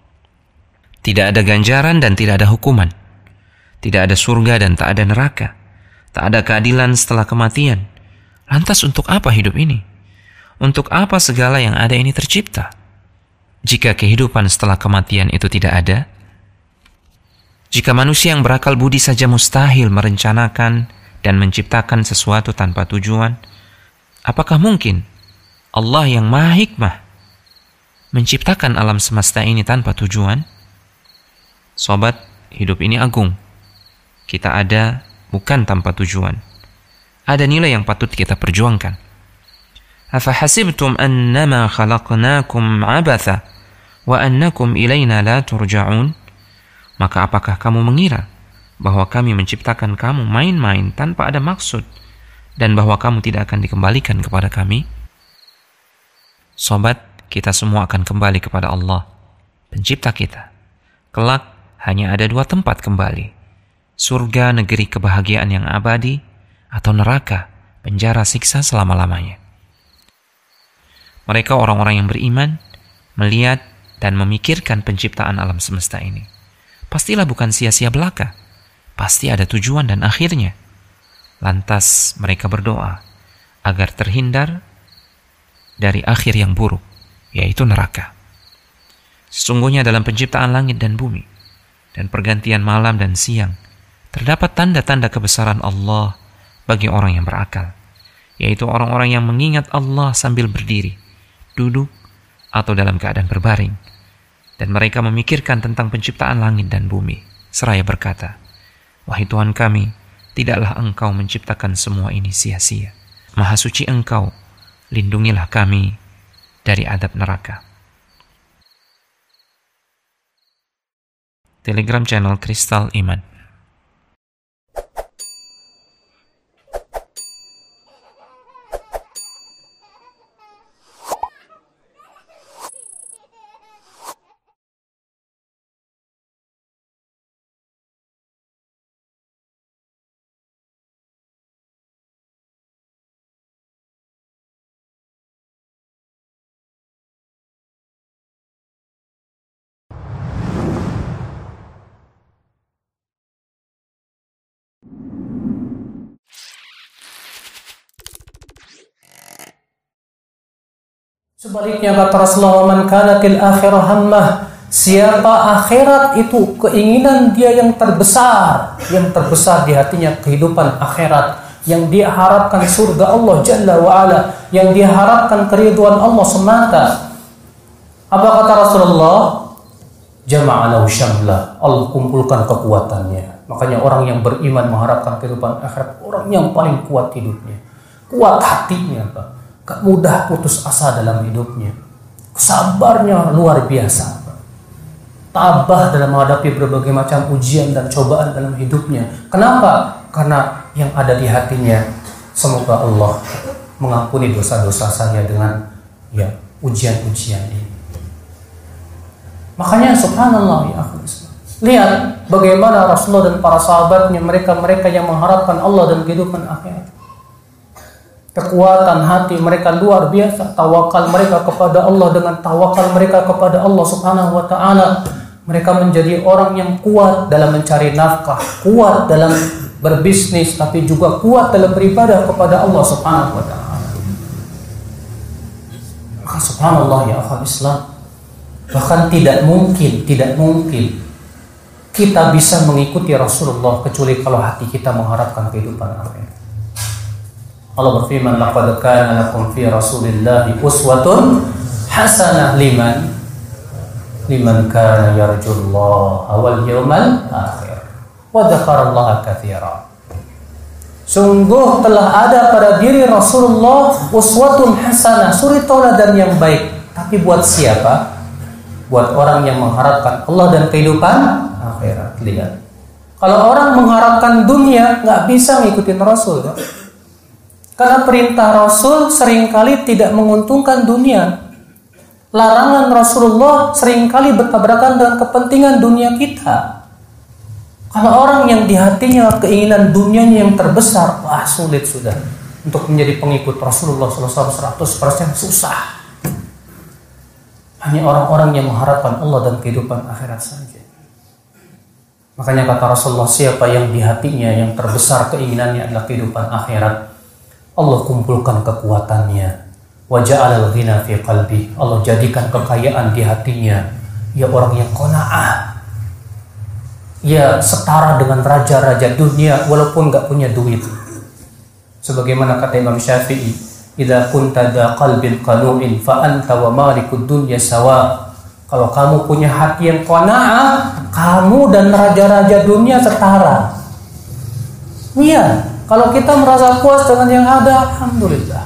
tidak ada ganjaran dan tidak ada hukuman, tidak ada surga dan tak ada neraka, tak ada keadilan setelah kematian, lantas untuk apa hidup ini? Untuk apa segala yang ada ini tercipta? Jika kehidupan setelah kematian itu tidak ada, jika manusia yang berakal budi saja mustahil merencanakan dan menciptakan sesuatu tanpa tujuan, apakah mungkin Allah yang maha hikmah menciptakan alam semesta ini tanpa tujuan? Sobat, hidup ini agung. Kita ada bukan tanpa tujuan. Ada nilai yang patut kita perjuangkan. Afahasibtum annama khalaqnakum abatha wa annakum ilaina la turja'un? Maka apakah kamu mengira bahwa kami menciptakan kamu main-main tanpa ada maksud dan bahwa kamu tidak akan dikembalikan kepada kami? Sobat, kita semua akan kembali kepada Allah, pencipta kita. Kelak hanya ada dua tempat kembali, surga negeri kebahagiaan yang abadi, atau neraka penjara siksa selama-lamanya. Mereka orang-orang yang beriman, melihat dan memikirkan penciptaan alam semesta ini. Pastilah bukan sia-sia belaka. Pasti ada tujuan dan akhirnya. Lantas mereka berdoa agar terhindar dari akhir yang buruk, yaitu neraka. Sesungguhnya dalam penciptaan langit dan bumi, dan pergantian malam dan siang, terdapat tanda-tanda kebesaran Allah bagi orang yang berakal, yaitu orang-orang yang mengingat Allah sambil berdiri, duduk, atau dalam keadaan berbaring, dan mereka memikirkan tentang penciptaan langit dan bumi, seraya berkata, "Wahai Tuhan kami, tidaklah Engkau menciptakan semua ini sia-sia. Maha suci Engkau, lindungilah kami dari adab neraka." Telegram channel Kristal Iman.
Sebaliknya kata Rasulullah, "Man kanatil akhirah hammah," siapa akhirat itu keinginan dia yang terbesar, yang terbesar di hatinya kehidupan akhirat, yang dia harapkan surga Allah Jalla wa Ala, yang dia harapkan keridhaan Allah semata. Apa kata Rasulullah? Jama'a lahu syamla, Allah kumpulkan kekuatannya. Makanya orang yang beriman mengharapkan kehidupan akhirat, orang yang paling kuat hidupnya, kuat hatinya, Pak. Gak mudah putus asa dalam hidupnya, sabarnya luar biasa, tabah dalam menghadapi berbagai macam ujian dan cobaan dalam hidupnya. Kenapa? Karena yang ada di hatinya, semoga Allah mengampuni dosa-dosa saya dengan ya ujian-ujian ini. Makanya subhanallah ya akhul Islam, lihat bagaimana Rasulullah dan para sahabatnya, mereka-mereka yang mengharapkan Allah dan kehidupan akhirat. Kekuatan hati mereka luar biasa, tawakal mereka kepada Allah, dengan tawakal mereka kepada Allah Subhanahu wa taala, mereka menjadi orang yang kuat dalam mencari nafkah, kuat dalam berbisnis, tapi juga kuat dalam beribadah kepada Allah Subhanahu wa taala. Maka subhanallah ya akhwat Islam, bahkan tidak mungkin, tidak mungkin kita bisa mengikuti Rasulullah kecuali kalau hati kita mengharapkan kehidupan akhirat. Allah berfirman, "Laqad kana lakum fi Rasulillahi uswatun hasanah liman liman kana yarjullaha wal yawmal akhir wa dzakarallaha katsiran." Sungguh telah ada pada diri Rasulullah uswatun hasanah, suri tauladan yang baik. Tapi buat siapa? Buat orang yang mengharapkan Allah dan kehidupan akhirat. Lihat, kalau orang mengharapkan dunia, nggak bisa ngikutin Rasul, kan? Karena perintah Rasul seringkali tidak menguntungkan dunia. Larangan Rasulullah seringkali bertabrakan dengan kepentingan dunia kita. Kalau orang yang di hatinya keinginan dunianya yang terbesar, wah sulit sudah untuk menjadi pengikut Rasulullah shallallahu alaihi wasallam seratus persen, susah. Hanya orang-orang yang mengharapkan Allah dan kehidupan akhirat saja. Makanya kata Rasulullah, siapa yang di hatinya yang terbesar keinginannya adalah kehidupan akhirat, Allah kumpulkan kekuatannya. Wa ja'alal ghina fi qalbi, Allah jadikan kekayaan di hatinya. Ya orang yang qanaah, ya setara dengan raja-raja dunia walaupun gak punya duit. Sebagaimana kata Imam Syafi'i, idza kunta da qalbin qanu'in fa anta wa malikud dunya sawa. Kalau kamu punya hati yang qanaah, kamu dan raja-raja dunia setara. Iya, kalau kita merasa puas dengan yang ada, alhamdulillah.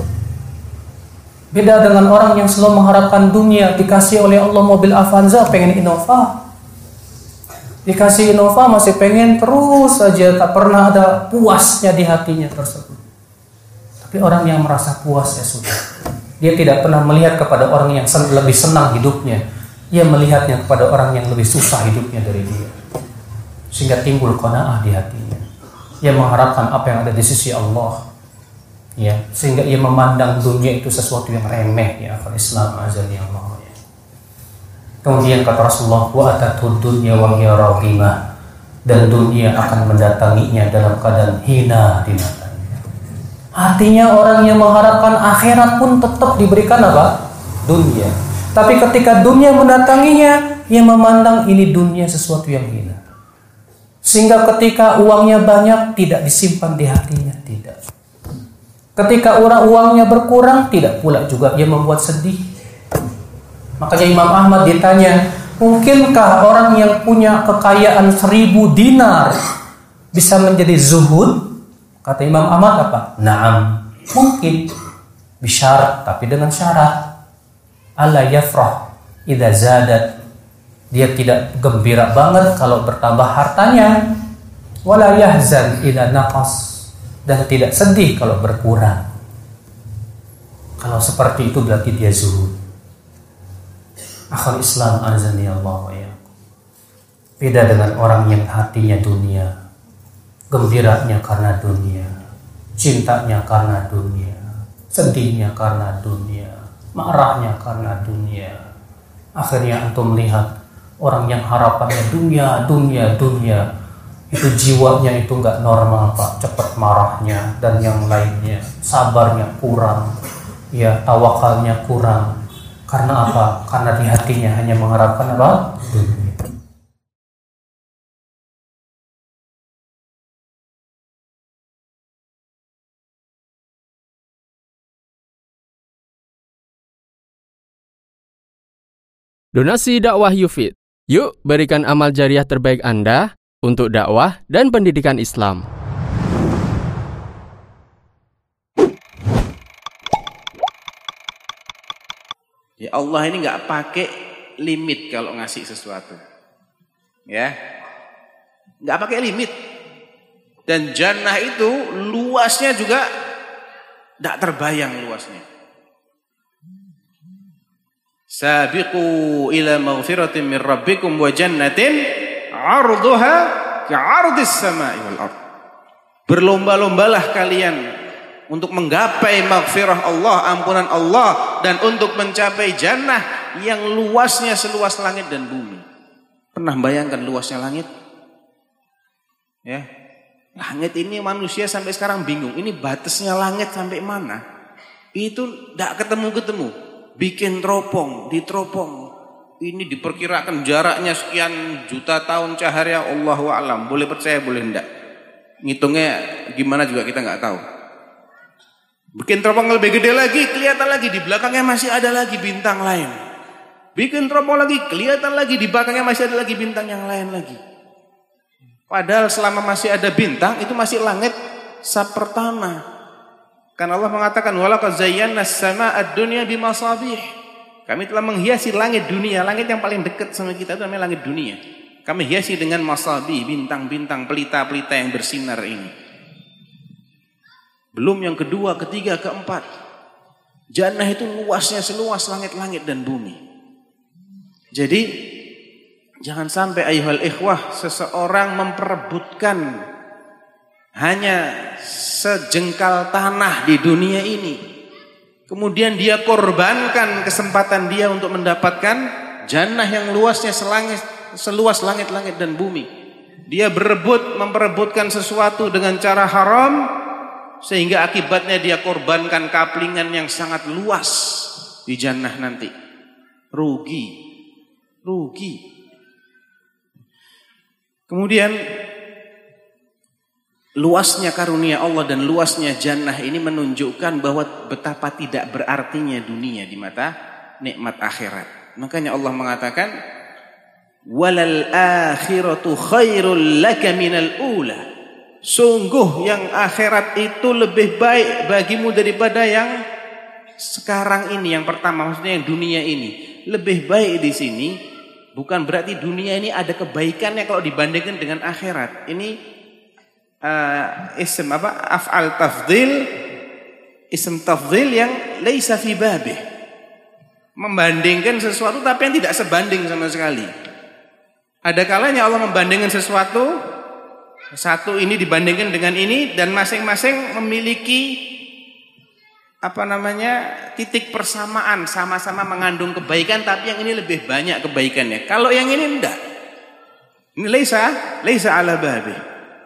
Beda dengan orang yang selalu mengharapkan dunia, dikasih oleh Allah mobil Avanza, pengen Innova. Dikasih Innova masih pengen terus saja, tak pernah ada puasnya di hatinya tersebut. Tapi orang yang merasa puas ya sudah. Dia tidak pernah melihat kepada orang yang sen- lebih senang hidupnya. Dia melihatnya kepada orang yang lebih susah hidupnya dari dia. Sehingga timbul qanaah di hatinya. Dia mengharapkan apa yang ada di sisi Allah. Ya, sehingga ia memandang dunia itu sesuatu yang remeh, ya, akal Islam azali Allah. Ya. Kemudian kata Rasulullah, wa atatud dunya wa hiya raghimah, dan dunia akan mendatanginya dalam keadaan hina di matanya. Artinya orang yang mengharapkan akhirat pun tetap diberikan apa? Dunia. Tapi ketika dunia mendatanginya, ia memandang ini dunia sesuatu yang hina. Sehingga ketika uangnya banyak, tidak disimpan di hatinya, tidak. Ketika orang uangnya berkurang, tidak pula juga ia membuat sedih. Makanya Imam Ahmad ditanya, mungkinkah orang yang punya kekayaan seribu dinar bisa menjadi zuhud? Kata Imam Ahmad apa? Naam, mungkin. Bisyarat, tapi dengan syarat. Alla yafrah idza zadat. Dia tidak gembira banget kalau bertambah hartanya. Wala yahzan idza naqas. Dan tidak sedih kalau berkurang. Kalau seperti itu berarti dia zuhud. Akhul Islam azani Allah wa ya. Beda dengan orang yang hatinya dunia, gembiranya karena dunia, cintanya karena dunia, sedihnya karena dunia, marahnya karena dunia. Akhirnya antum melihat orang yang harapannya dunia, dunia, dunia, itu jiwanya itu nggak normal Pak, cepat marahnya dan yang lainnya, sabarnya kurang, ya tawakalnya kurang. Karena apa? Karena di hatinya hanya mengharapkan apa? Dunia.
Donasi dakwah Yufid. Yuk berikan amal jariah terbaik Anda untuk dakwah dan pendidikan Islam.
Ya Allah ini nggak pakai limit kalau ngasih sesuatu, ya, nggak pakai limit. Dan jannah itu luasnya juga nggak terbayang luasnya. Sabiqu ila maghfiratin min rabbikum wa jannatin 'arduha ka'ardis sama'i wal ardh. Berlomba-lombalah kalian untuk menggapai maghfirah Allah, ampunan Allah, dan untuk mencapai jannah yang luasnya seluas langit dan bumi. Pernah bayangkan luasnya langit? Ya. Langit ini manusia sampai sekarang bingung. Ini batasnya langit sampai mana? Itu tidak ketemu-ketemu. Bikin teropong, diteropong. Ini diperkirakan jaraknya sekian juta tahun cahaya, Allahu a'lam. Boleh percaya, boleh enggak. Ngitungnya gimana juga kita nggak tahu. Bikin teropong lebih gede lagi, kelihatan lagi di belakangnya masih ada lagi bintang lain. Bikin teropong lagi, kelihatan lagi di belakangnya masih ada lagi bintang yang lain lagi. Padahal selama masih ada bintang, itu masih langit sab pertama. Kan Allah mengatakan walaqad zayyana as-samaa'a ad-dunya bimasabih. Kami telah menghiasi langit dunia, langit yang paling dekat sama kita itu namanya langit dunia. Kami hiasi dengan masabih, bintang-bintang, pelita-pelita yang bersinar ini. Belum yang kedua, ketiga, keempat. Jannah itu luasnya seluas langit-langit dan bumi. Jadi jangan sampai ayuhal ikhwah seseorang memperebutkan hanya sejengkal tanah di dunia ini. Kemudian dia korbankan kesempatan dia untuk mendapatkan jannah yang luasnya selangit, seluas langit-langit dan bumi. Dia berebut memperebutkan sesuatu dengan cara haram, sehingga akibatnya dia korbankan kaplingan yang sangat luas di jannah nanti. Rugi. Rugi. Kemudian luasnya karunia Allah dan luasnya jannah ini menunjukkan bahwa betapa tidak berartinya dunia di mata nikmat akhirat. Makanya Allah mengatakan walal akhiratu khairul laka minal ula. Sungguh yang akhirat itu lebih baik bagimu daripada yang sekarang ini, yang pertama, maksudnya yang dunia ini. Lebih baik di sini bukan berarti dunia ini ada kebaikannya kalau dibandingkan dengan akhirat. Ini uh, ism apa? Af'al tafdhil, ism tafdhil yang laisa fi babih. Membandingkan sesuatu tapi yang tidak sebanding sama sekali. Ada kalanya Allah membandingkan sesuatu, satu ini dibandingkan dengan ini, dan masing-masing memiliki apa namanya titik persamaan, sama-sama mengandung kebaikan, tapi yang ini lebih banyak kebaikannya. Kalau yang ini enggak, ini laisa laisa ala babi.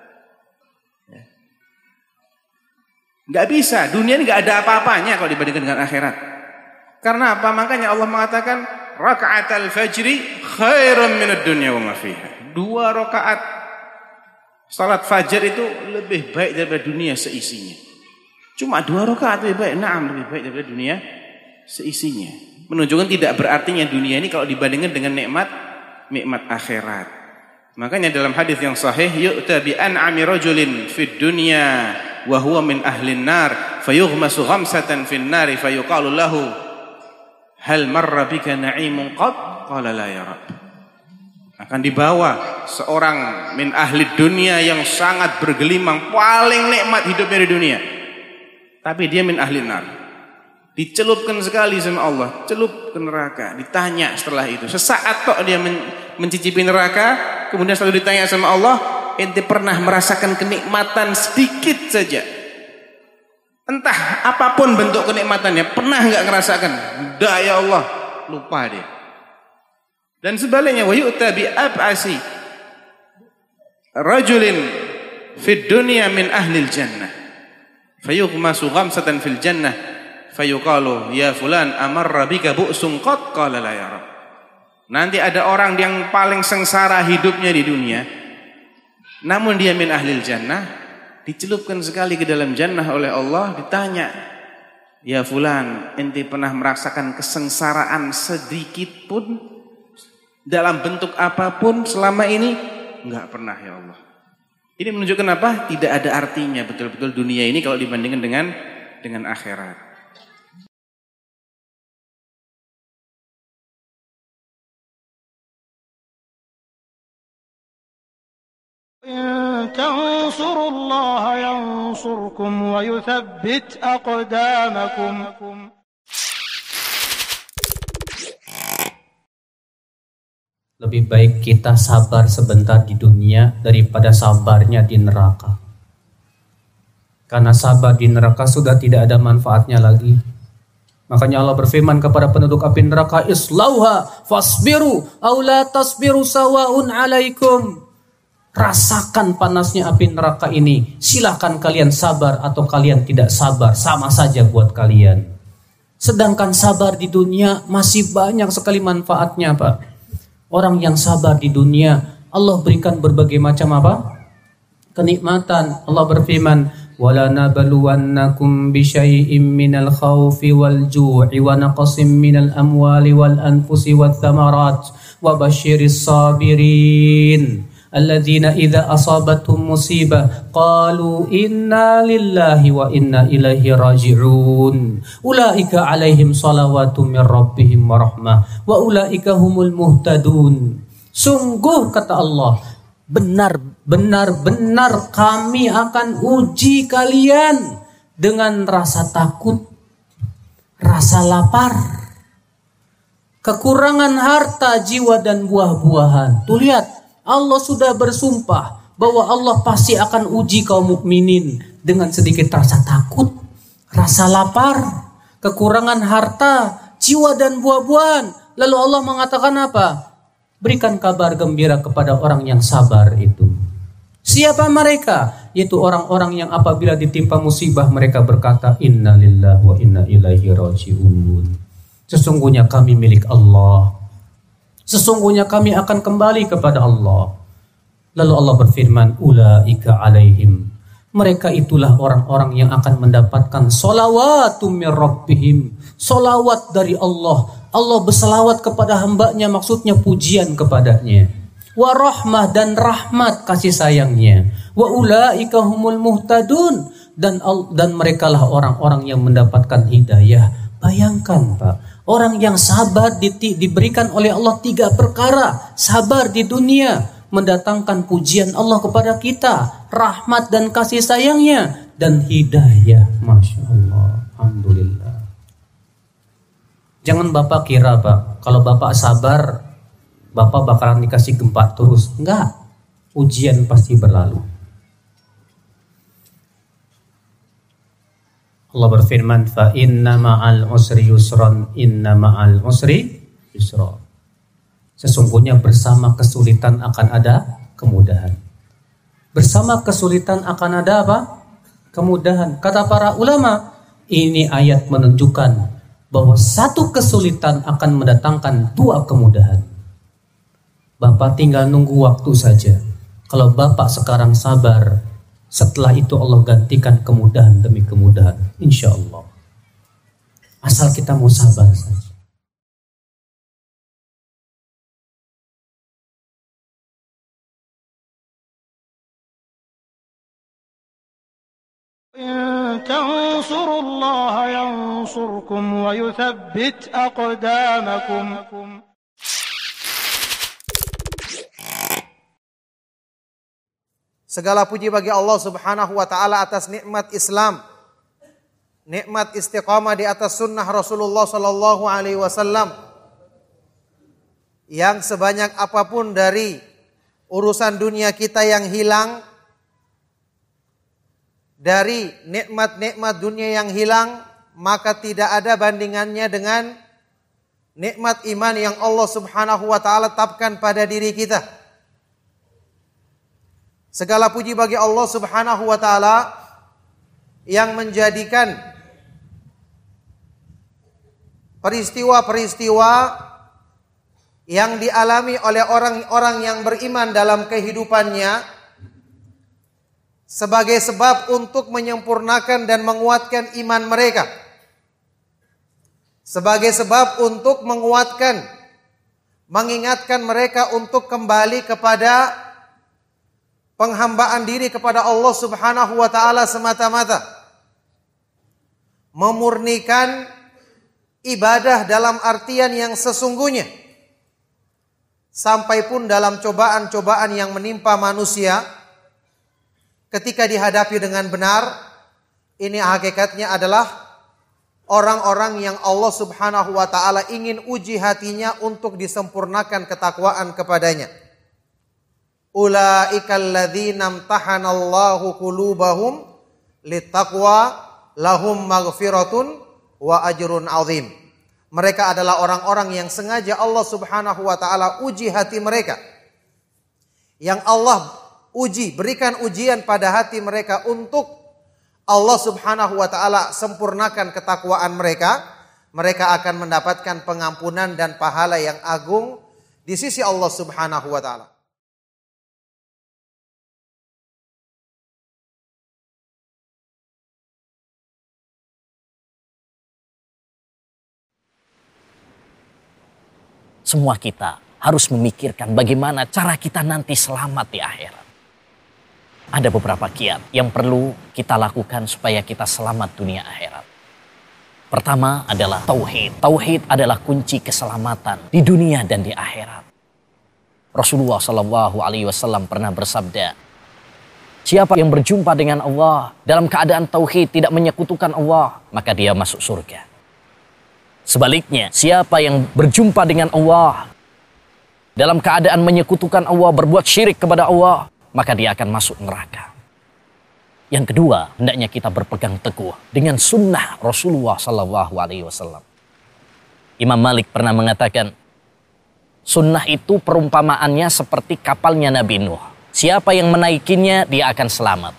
Enggak bisa, dunia ini enggak ada apa-apanya kalau dibandingkan dengan akhirat. Karena apa? Makanya Allah mengatakan raka'atal fajri khairan minad dunya wa ma fiha. Dua rakaat salat fajar itu lebih baik daripada dunia seisinya. Cuma dua rakaat lebih baik, na'am lebih baik daripada dunia seisinya. Menunjukkan tidak berartinya dunia ini kalau dibandingkan dengan nikmat nikmat akhirat. Makanya dalam hadis yang sahih, yu'ta bi an'ami rajulin fid dunya wa huwa min ahlin nar, fayughmasu ghamsatan fin nari fayuqalu lahu hal marra bika na'imun qad? Qala la ya Rabb. Akan dibawa seorang min ahli dunia yang sangat bergelimang, paling nikmat hidupnya di dunia. Tapi dia min ahli nar. Dicelupkan sekali sama Allah, celup ke neraka. Ditanya setelah itu, sesaat tok dia men mencicipi neraka, kemudian selalu ditanya sama Allah, ente pernah merasakan kenikmatan sedikit saja? Entah apapun bentuk kenikmatannya, pernah enggak ngerasakan? Dah ya Allah, lupa dia. Dan sebaliknya, wa yu'ta bi ab'asi rajulin fid dunya min ahli jannah. Fayughmasu ghamsatan fil jannah fayuqalu ya fulan amarra bika bu'sun qad? Qala la ya Rabb. Nanti ada orang yang paling sengsara hidupnya di dunia, namun dia min ahlil jannah, dicelupkan sekali ke dalam jannah oleh Allah, ditanya, ya fulan, ente pernah merasakan kesengsaraan sedikit pun dalam bentuk apapun selama ini? Enggak pernah ya Allah. Ini menunjukkan apa? Tidak ada artinya betul-betul dunia ini kalau dibandingkan dengan dengan akhirat.
In tansurullaha yansurkum wa yuthabbit aqdamakum.
Lebih baik kita sabar sebentar di dunia daripada sabarnya di neraka. Karena sabar di neraka sudah tidak ada manfaatnya lagi. Makanya Allah berfirman kepada penduduk api neraka, islauha fasbiru aw la tasbiru sawaun alaikum. Rasakan panasnya api neraka ini. Silahkan kalian sabar atau kalian tidak sabar, sama saja buat kalian. Sedangkan sabar di dunia masih banyak sekali manfaatnya, Pak. Orang yang sabar di dunia, Allah berikan berbagai macam apa? Kenikmatan. Allah berfirman, "Wala nabluwannakum bisyai'im minal khaufi wal ju'i wa naqsim minal amwali wal anfusi wath thamarat wa basyiris sabirin alladzina idza asabatuhum musibah qalu inna lillahi wa inna ilaihi raji'un ulaika alaihim salawatu mir rabbihim wa rahmah wa ulaika humul muhtadun. Sungguh kata Allah, benar benar benar kami akan uji kalian dengan rasa takut, rasa lapar, kekurangan harta, jiwa dan buah-buahan. Tuh lihat, Allah sudah bersumpah bahwa Allah pasti akan uji kaum mukminin dengan sedikit rasa takut, rasa lapar, kekurangan harta, jiwa dan buah-buahan. Lalu Allah mengatakan apa? Berikan kabar gembira kepada orang yang sabar itu. Siapa mereka? Yaitu orang-orang yang apabila ditimpa musibah mereka berkata inna lillahi wa inna ilaihi raji'un. Sesungguhnya kami milik Allah. Sesungguhnya kami akan kembali kepada Allah. Lalu Allah berfirman, ulaika alaihim. Mereka itulah orang-orang yang akan mendapatkan solawatum mir rabbihim. Solawat dari Allah. Allah berselawat kepada hambanya, maksudnya pujian kepadanya. Wa rahmah, dan rahmat kasih sayangnya. Wa ulaika humul muhtadun, dan dan merekalah orang-orang yang mendapatkan hidayah. Bayangkan Pak, orang yang sabar di, diberikan oleh Allah tiga perkara. Sabar di dunia, mendatangkan pujian Allah kepada kita, rahmat dan kasih sayangnya, dan hidayah. Masya Allah, alhamdulillah. Jangan Bapak kira Pak, kalau Bapak sabar, Bapak bakalan dikasih gempa terus. Enggak, ujian pasti berlalu. Allah berfirman, fa inna ma'al usri yusran, inna ma'al usri yusra. Sesungguhnya bersama kesulitan akan ada kemudahan. Bersama kesulitan akan ada apa? Kemudahan. Kata para ulama, ini ayat menunjukkan bahwa satu kesulitan akan mendatangkan dua kemudahan. Bapak tinggal nunggu waktu saja. Kalau Bapak sekarang sabar, setelah itu Allah gantikan kemudahan demi kemudahan, insya Allah. Asal kita mau sabar saja.
إن تنصروا الله ينصركم ويثبت أقدامكم.
Segala puji bagi Allah Subhanahu wa taala atas nikmat Islam, nikmat istiqamah di atas sunnah Rasulullah sallallahu alaihi wasallam, yang sebanyak apapun dari urusan dunia kita yang hilang, dari nikmat-nikmat dunia yang hilang, maka tidak ada bandingannya dengan nikmat iman yang Allah Subhanahu wa taala tetapkan pada diri kita. Segala puji bagi Allah Subhanahu wa taala yang menjadikan peristiwa-peristiwa yang dialami oleh orang-orang yang beriman dalam kehidupannya sebagai sebab untuk menyempurnakan dan menguatkan iman mereka. Sebagai sebab untuk menguatkan, mengingatkan mereka untuk kembali kepada penghambaan diri kepada Allah Subhanahu wa taala semata-mata. Memurnikan ibadah dalam artian yang sesungguhnya. Sampai pun dalam cobaan-cobaan yang menimpa manusia, ketika dihadapi dengan benar, ini hakikatnya adalah orang-orang yang Allah Subhanahu wa taala ingin uji hatinya untuk disempurnakan ketakwaan kepadanya. Ulaikal ladzina imtahanallahu qulubahum littaqwa lahum maghfiratun wa ajrun azim. Mereka adalah orang-orang yang sengaja Allah Subhanahu wa taala uji hati mereka. Yang Allah uji, berikan ujian pada hati mereka untuk Allah Subhanahu wa taala sempurnakan ketakwaan mereka. Mereka akan mendapatkan pengampunan dan pahala yang agung di sisi Allah Subhanahu wa taala.
Semua kita harus memikirkan bagaimana cara kita nanti selamat di akhirat. Ada beberapa kiat yang perlu kita lakukan supaya kita selamat dunia akhirat. Pertama adalah tauhid. Tauhid adalah kunci keselamatan di dunia dan di akhirat. Rasulullah shallallahu alaihi wasallam pernah bersabda, siapa yang berjumpa dengan Allah dalam keadaan tauhid, tidak menyekutukan Allah, maka dia masuk surga. Sebaliknya, siapa yang berjumpa dengan Allah dalam keadaan menyekutukan Allah, berbuat syirik kepada Allah, maka dia akan masuk neraka. Yang kedua, hendaknya kita berpegang teguh dengan sunnah Rasulullah shallallahu alaihi wasallam. Imam Malik pernah mengatakan, sunnah itu perumpamaannya seperti kapalnya Nabi Nuh. Siapa yang menaikinya, dia akan selamat.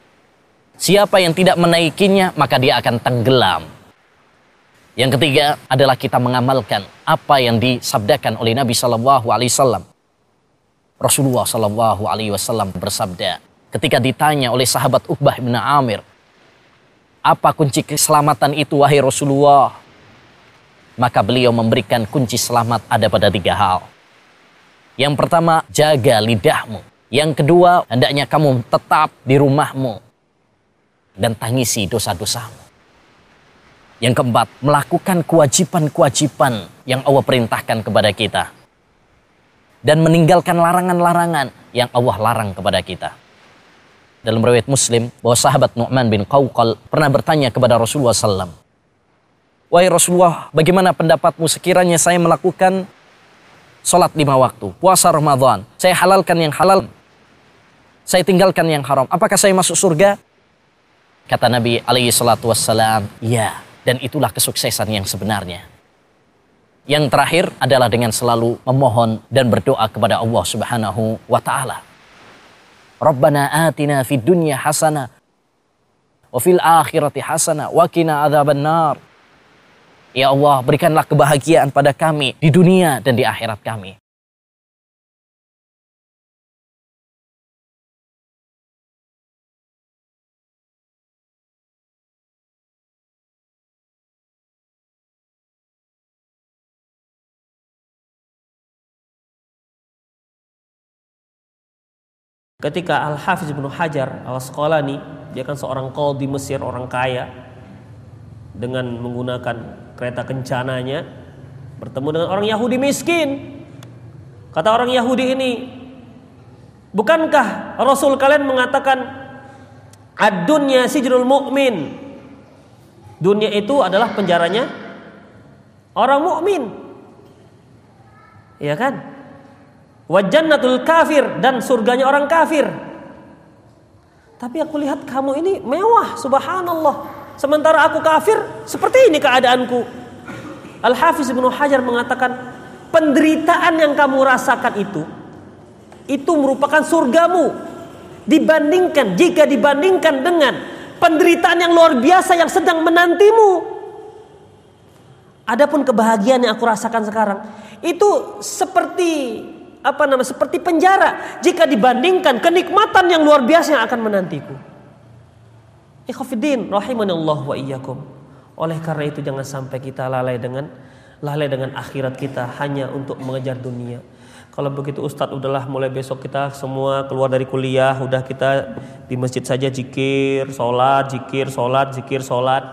Siapa yang tidak menaikinya, maka dia akan tenggelam. Yang ketiga adalah kita mengamalkan apa yang disabdakan oleh Nabi shallallahu alaihi wasallam. Rasulullah shallallahu alaihi wasallam bersabda, ketika ditanya oleh sahabat Uqbah bin Amir, apa kunci keselamatan itu wahai Rasulullah? Maka beliau memberikan kunci selamat ada pada tiga hal. Yang pertama, jaga lidahmu. Yang kedua, hendaknya kamu tetap di rumahmu dan tangisi dosa-dosamu. Yang keempat, melakukan kewajiban-kewajiban yang Allah perintahkan kepada kita dan meninggalkan larangan-larangan yang Allah larang kepada kita. Dalam riwayat Muslim, bahwa sahabat Nu'man bin Qawqal pernah bertanya kepada Rasulullah shallallahu alaihi wasallam, wahai Rasulullah, bagaimana pendapatmu sekiranya saya melakukan sholat lima waktu, puasa Ramadan, saya halalkan yang halal, saya tinggalkan yang haram, apakah saya masuk surga? Kata Nabi alaihi salatu wassalam, ya, dan itulah kesuksesan yang sebenarnya. Yang terakhir adalah dengan selalu memohon dan berdoa kepada Allah subhanahu wa ta'ala. Rabbana atina fid dunya hasanah wa fil akhirati hasanah wa qina adzabannar. Ya Allah, berikanlah kebahagiaan pada kami di dunia dan di akhirat kami.
Ketika Al-Hafiz Ibnu Hajar Al-Asqalani, dia kan seorang qadhi Mesir, orang kaya, dengan menggunakan kereta kencananya bertemu dengan orang Yahudi miskin. Kata orang Yahudi ini, bukankah Rasul kalian mengatakan ad-dunya sijnul mu'min? Dunia itu adalah penjaranya orang mukmin. Iya kan? Wa jannatul kafir, dan surganya orang kafir. Tapi aku lihat kamu ini mewah, subhanallah. Sementara aku kafir, seperti ini keadaanku. Al-Hafiz Ibnu Hajar mengatakan, penderitaan yang kamu rasakan itu, itu merupakan surgamu. Dibandingkan, jika dibandingkan dengan penderitaan yang luar biasa yang sedang menantimu. Adapun kebahagiaan yang aku rasakan sekarang, itu seperti apa namanya, seperti penjara jika dibandingkan kenikmatan yang luar biasa yang akan menantiku. Ikhwafiddin rahimanallah wa iyyakum. Oleh karena itu jangan sampai kita lalai dengan lalai dengan akhirat kita hanya untuk mengejar dunia. Kalau begitu Ustadz, udahlah mulai besok kita semua keluar dari kuliah, udah kita di masjid saja zikir, sholat, zikir, sholat, zikir, sholat.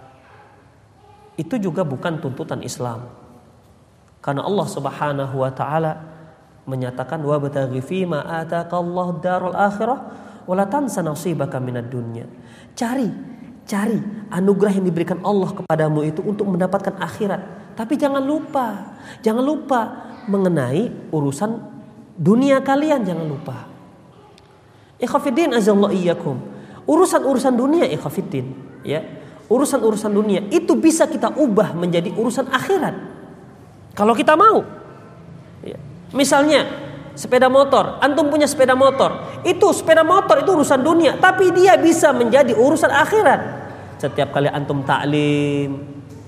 Itu juga bukan tuntutan Islam. Karena Allah Subhanahu wa taala menyatakan wabtaghi fima ataqallahu darul akhirah wala tansa nasibaka minad dunya. Cari, cari anugerah yang diberikan Allah kepadamu itu untuk mendapatkan akhirat. Tapi jangan lupa, jangan lupa mengenai urusan dunia kalian, jangan lupa. Ikhwafiddin azallahu iyyakum. Urusan-urusan dunia ikhwafiddin, ya. Urusan-urusan dunia itu bisa kita ubah menjadi urusan akhirat. Kalau kita mau. Ya. Misalnya sepeda motor, antum punya sepeda motor, itu sepeda motor itu urusan dunia, tapi dia bisa menjadi urusan akhirat. Setiap kali antum taklim,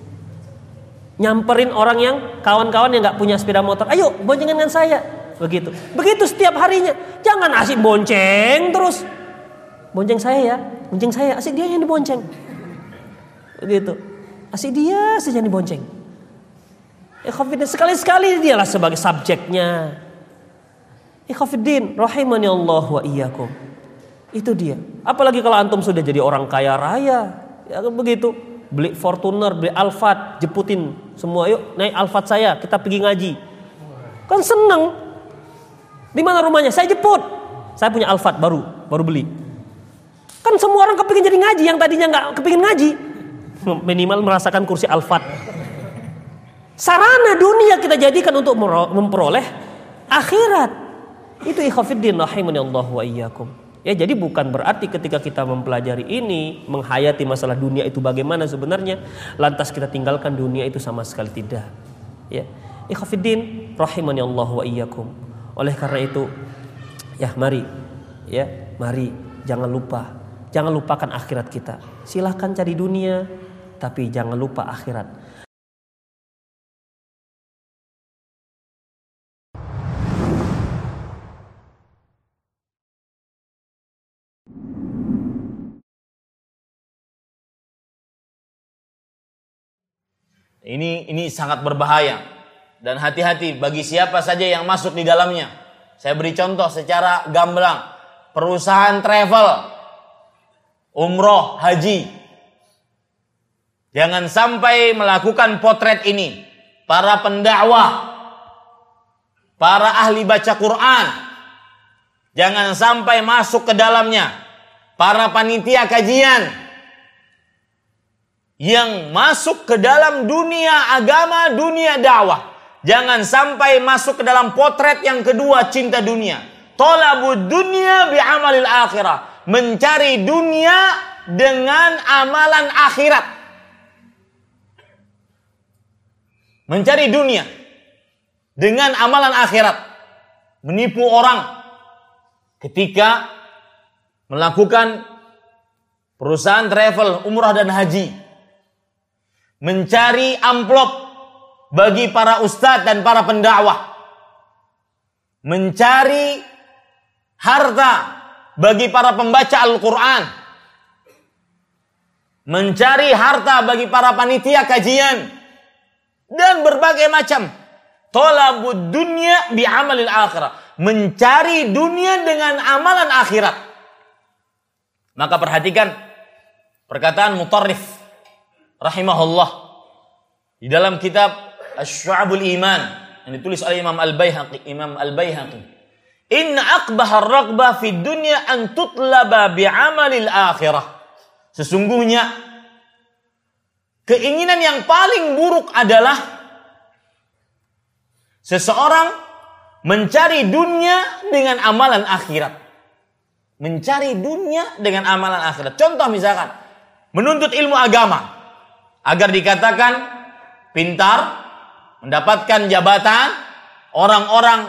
nyamperin orang yang kawan-kawan yang nggak punya sepeda motor, ayo boncengan dengan saya, begitu. Begitu setiap harinya, jangan asik bonceng terus, bonceng saya ya, bonceng saya, asik dia yang dibonceng, begitu, asik dia saja yang dibonceng. Ikhwafiddin, sekali-sekali dialah sebagai subjeknya. Ikhwafiddin, rahimani Allah wa iyyakum. Itu dia. Apalagi kalau antum sudah jadi orang kaya raya, ya begitu. Beli Fortuner, beli Alphard, jeputin semua, yuk naik Alphard saya, kita pergi ngaji. Kan seneng. Di mana rumahnya? Saya jemput. Saya punya Alphard baru, baru beli. Kan semua orang kepingin jadi ngaji, yang tadinya nggak kepingin ngaji, minimal merasakan kursi Alphard. Sarana dunia kita jadikan untuk memperoleh akhirat. Itu ikhwafiddin rahimani Allah wa iyyakum. Ya, jadi bukan berarti ketika kita mempelajari ini, menghayati masalah dunia itu bagaimana sebenarnya, lantas kita tinggalkan dunia itu, sama sekali tidak. Ya, ikhwafiddin rahimani Allah wa iyyakum. Oleh karena itu, ya mari, ya mari jangan lupa, jangan lupakan akhirat kita. Silahkan cari dunia, tapi jangan lupa akhirat.
Ini ini sangat berbahaya dan hati-hati bagi siapa saja yang masuk di dalamnya. Saya beri contoh secara gamblang. Perusahaan travel, umroh, haji. Jangan sampai melakukan potret ini. Para pendakwah, para ahli baca Quran, jangan sampai masuk ke dalamnya. Para panitia kajian yang masuk ke dalam dunia agama, dunia dakwah, jangan sampai masuk ke dalam potret yang kedua, cinta dunia. Thalabud dunya bi'amalil akhirah, mencari dunia dengan amalan akhirat. Mencari dunia dengan amalan akhirat, menipu orang ketika melakukan perusahaan travel, umrah dan haji. Mencari amplop bagi para ustadz dan para pendakwah. Mencari harta bagi para pembaca Al-Quran. Mencari harta bagi para panitia kajian. Dan berbagai macam. Thalabud dunya bi'amalil akhirah. Mencari dunia dengan amalan akhirat. Maka perhatikan perkataan Mutarrif rahimahullah di dalam kitab Asy-Syu'abul Iman yang ditulis oleh Imam Al-Baihaqi. Imam Al-Baihaqi, inna aqbahar raqbah fid dunya an tutlaba bi'amalil akhirah. Sesungguhnya keinginan yang paling buruk adalah seseorang mencari dunia dengan amalan akhirat. Mencari dunia dengan amalan akhirat. Contoh misalkan menuntut ilmu agama agar dikatakan pintar, mendapatkan jabatan, orang-orang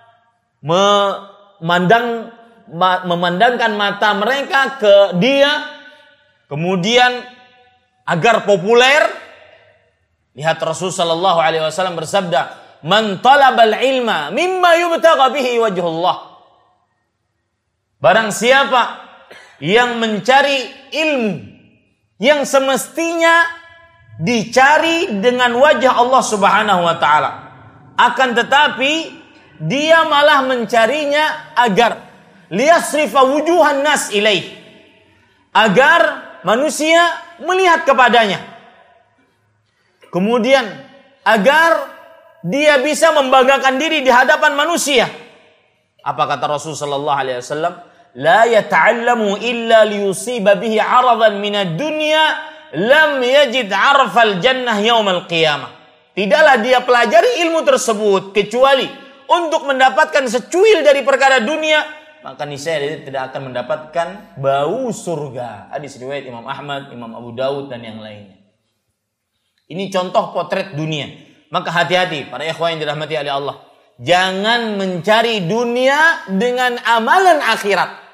memandang memandangkan mata mereka ke dia, kemudian agar populer. Lihat Rasul sallallahu alaihi wasallam bersabda, "Man talabal ilma mimma yubtagha bihi wajhullah." Barang siapa yang mencari ilmu yang semestinya dicari dengan wajah Allah Subhanahu wa taala, akan tetapi dia malah mencarinya agar liyasrifa wujuhan nas ilaih, agar manusia melihat kepadanya, kemudian agar dia bisa membanggakan diri di hadapan manusia. Apa kata Rasul sallallahu alaihi wasallam? La yata'allamu illa liyusiba bihi 'aradan minad dunya lam yajid 'arfal jannah yaumal qiyamah. Tidaklah dia pelajari ilmu tersebut kecuali untuk mendapatkan secuil dari perkara dunia, maka niscaya dia tidak akan mendapatkan bau surga. Hadis riwayat Imam Ahmad, Imam Abu Daud dan yang lainnya. Ini contoh potret dunia. Maka hati-hati para ikhwan yang dirahmati oleh Allah. Jangan mencari dunia dengan amalan akhirat.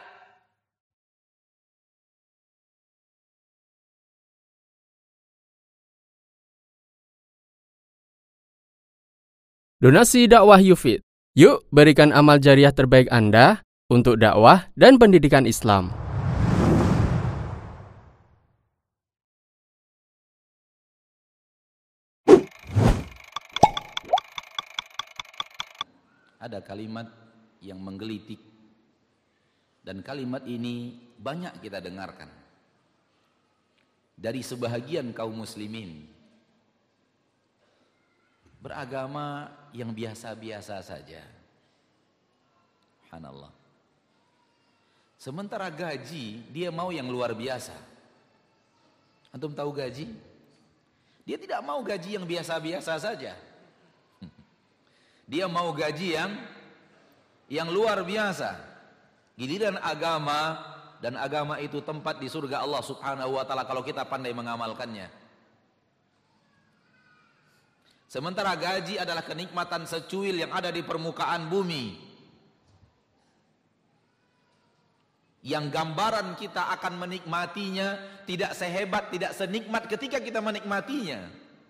Donasi dakwah Yufid. Yuk berikan amal jariah terbaik Anda untuk dakwah dan pendidikan Islam.
ada kalimat yang menggelitik. Dan kalimat ini banyak kita dengarkan dari sebahagian kaum muslimin. Beragama yang biasa-biasa saja. Subhanallah. Sementara gaji, dia mau yang luar biasa. Antum tahu gaji? Dia tidak mau gaji yang biasa-biasa saja. Dia mau gaji yang yang luar biasa. Giliran agama, dan agama itu tempat di surga Allah Subhanahu wa taala kalau kita pandai mengamalkannya. Sementara gaji adalah kenikmatan secuil yang ada di permukaan bumi, yang gambaran kita akan menikmatinya tidak sehebat, tidak senikmat ketika kita menikmatinya.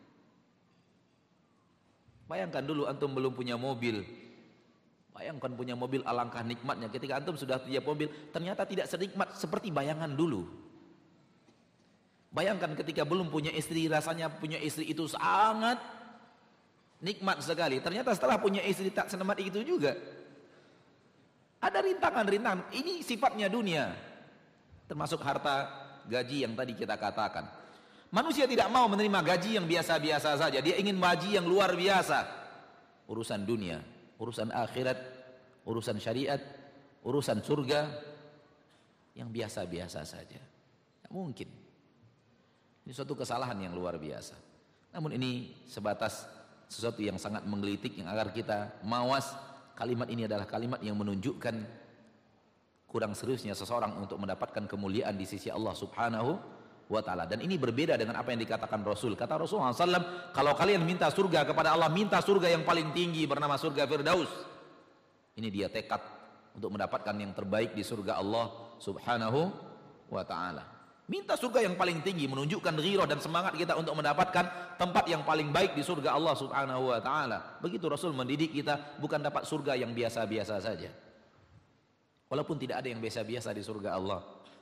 Bayangkan dulu antum belum punya mobil. Bayangkan punya mobil, alangkah nikmatnya. Ketika antum sudah punya mobil, ternyata tidak senikmat seperti bayangan dulu. Bayangkan ketika belum punya istri, rasanya punya istri itu sangat nikmat sekali. Ternyata setelah punya istri tak senikmat itu juga. Ada rintangan-rintangan. Ini sifatnya dunia. Termasuk harta gaji yang tadi kita katakan. Manusia tidak mau menerima gaji yang biasa-biasa saja. Dia ingin gaji yang luar biasa. Urusan dunia, urusan akhirat, urusan syariat, urusan surga yang biasa-biasa saja. Tidak mungkin. Ini suatu kesalahan yang luar biasa. Namun ini sebatas sesuatu yang sangat menggelitik yang agar kita mawas. Kalimat ini adalah kalimat yang menunjukkan kurang seriusnya seseorang untuk mendapatkan kemuliaan di sisi Allah Subhanahu wa ta'ala. Dan ini berbeda dengan apa yang dikatakan Rasul. Kata Rasulullah shallallahu alaihi wasallam, kalau kalian minta surga kepada Allah, minta surga yang paling tinggi bernama surga Firdaus. Ini dia tekad untuk mendapatkan yang terbaik di surga Allah Subhanahu wa ta'ala. Minta surga yang paling tinggi, menunjukkan ghirah dan semangat kita untuk mendapatkan tempat yang paling baik di surga Allah Subhanahu wa ta'ala. Begitu Rasul mendidik kita, bukan dapat surga yang biasa-biasa saja. Walaupun tidak ada yang biasa-biasa di surga Allah.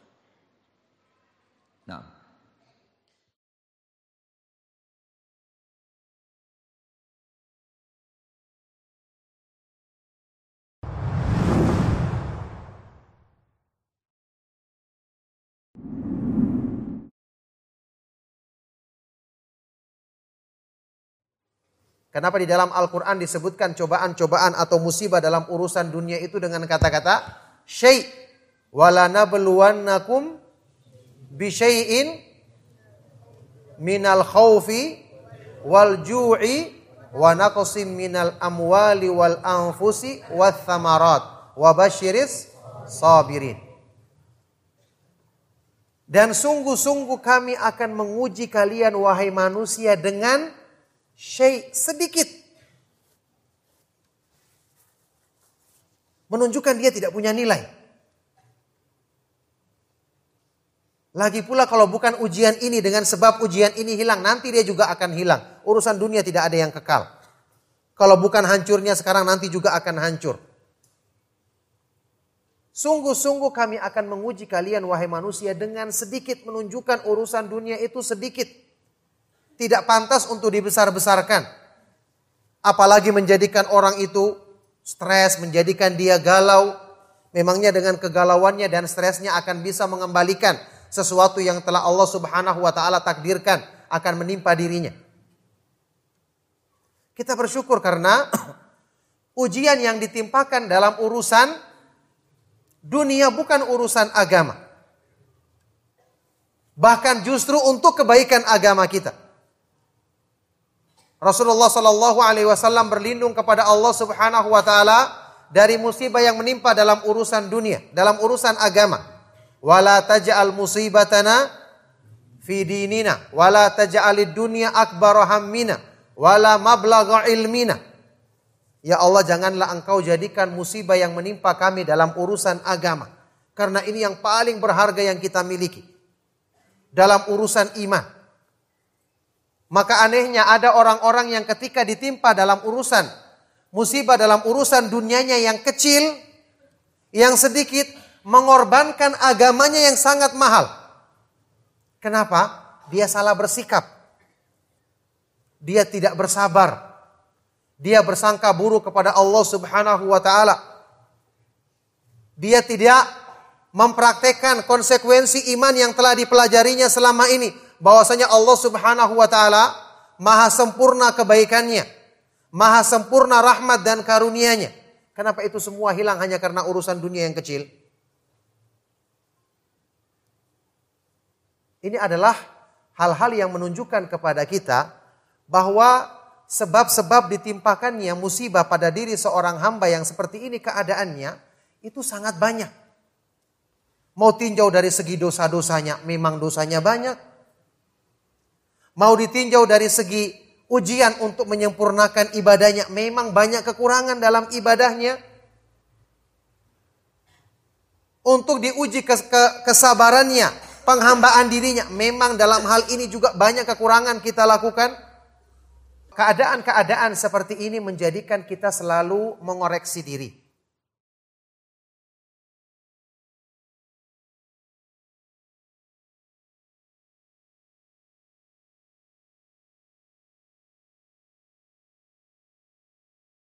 Nah,
kenapa di dalam Al-Quran disebutkan cobaan-cobaan atau musibah dalam urusan dunia itu dengan kata-kata syai' wala nabluwannakum bisyai'in minal khawfi wal ju'i wa naqsim minal amwali wal anfusi wath thamarat wa basyiris sabirin. Dan sungguh-sungguh kami akan menguji kalian wahai manusia dengan syai' sedikit. Menunjukkan dia tidak punya nilai. Lagi pula kalau bukan ujian ini dengan sebab ujian ini hilang, nanti dia juga akan hilang. Urusan dunia tidak ada yang kekal. Kalau bukan hancurnya sekarang, nanti juga akan hancur. Sungguh-sungguh kami akan menguji kalian wahai manusia dengan sedikit, menunjukkan urusan dunia itu sedikit. Tidak pantas untuk dibesar-besarkan. Apalagi menjadikan orang itu stres, menjadikan dia galau. Memangnya dengan kegalauannya dan stresnya akan bisa mengembalikan sesuatu yang telah Allah Subhanahu wa ta'ala takdirkan akan menimpa dirinya. Kita bersyukur karena ujian yang ditimpakan dalam urusan dunia bukan urusan agama. Bahkan justru untuk kebaikan agama kita. Rasulullah sallallahu alaihi wasallam berlindung kepada Allah Subhanahu wa ta'ala dari musibah yang menimpa dalam urusan dunia, dalam urusan agama. Wala taj'al musibatana fi dinina wala taj'alid dunya akbar hammina wala mablagha ilmina. Ya Allah, janganlah engkau jadikan musibah yang menimpa kami dalam urusan agama, karena ini yang paling berharga yang kita miliki dalam urusan iman. Maka anehnya ada orang-orang yang ketika ditimpa dalam urusan musibah dalam urusan dunianya yang kecil, yang sedikit, mengorbankan agamanya yang sangat mahal. Kenapa? Dia salah bersikap. Dia tidak bersabar. Dia bersangka buruk kepada Allah Subhanahu wa taala. Dia tidak mempraktekkan konsekuensi iman yang telah dipelajarinya selama ini, bahwasanya Allah Subhanahu wa taala maha sempurna kebaikannya, maha sempurna rahmat dan karunia-Nya. Kenapa itu semua hilang hanya karena urusan dunia yang kecil? Ini adalah hal-hal yang menunjukkan kepada kita bahwa sebab-sebab ditimpakannya musibah pada diri seorang hamba yang seperti ini keadaannya itu sangat banyak. Mau tinjau dari segi dosa-dosanya, memang dosanya banyak. Mau ditinjau dari segi ujian untuk menyempurnakan ibadahnya, memang banyak kekurangan dalam ibadahnya. Untuk diuji ke ke kesabarannya, penghambaan dirinya, memang dalam hal ini juga banyak kekurangan kita lakukan. Keadaan-keadaan seperti ini menjadikan kita selalu mengoreksi diri.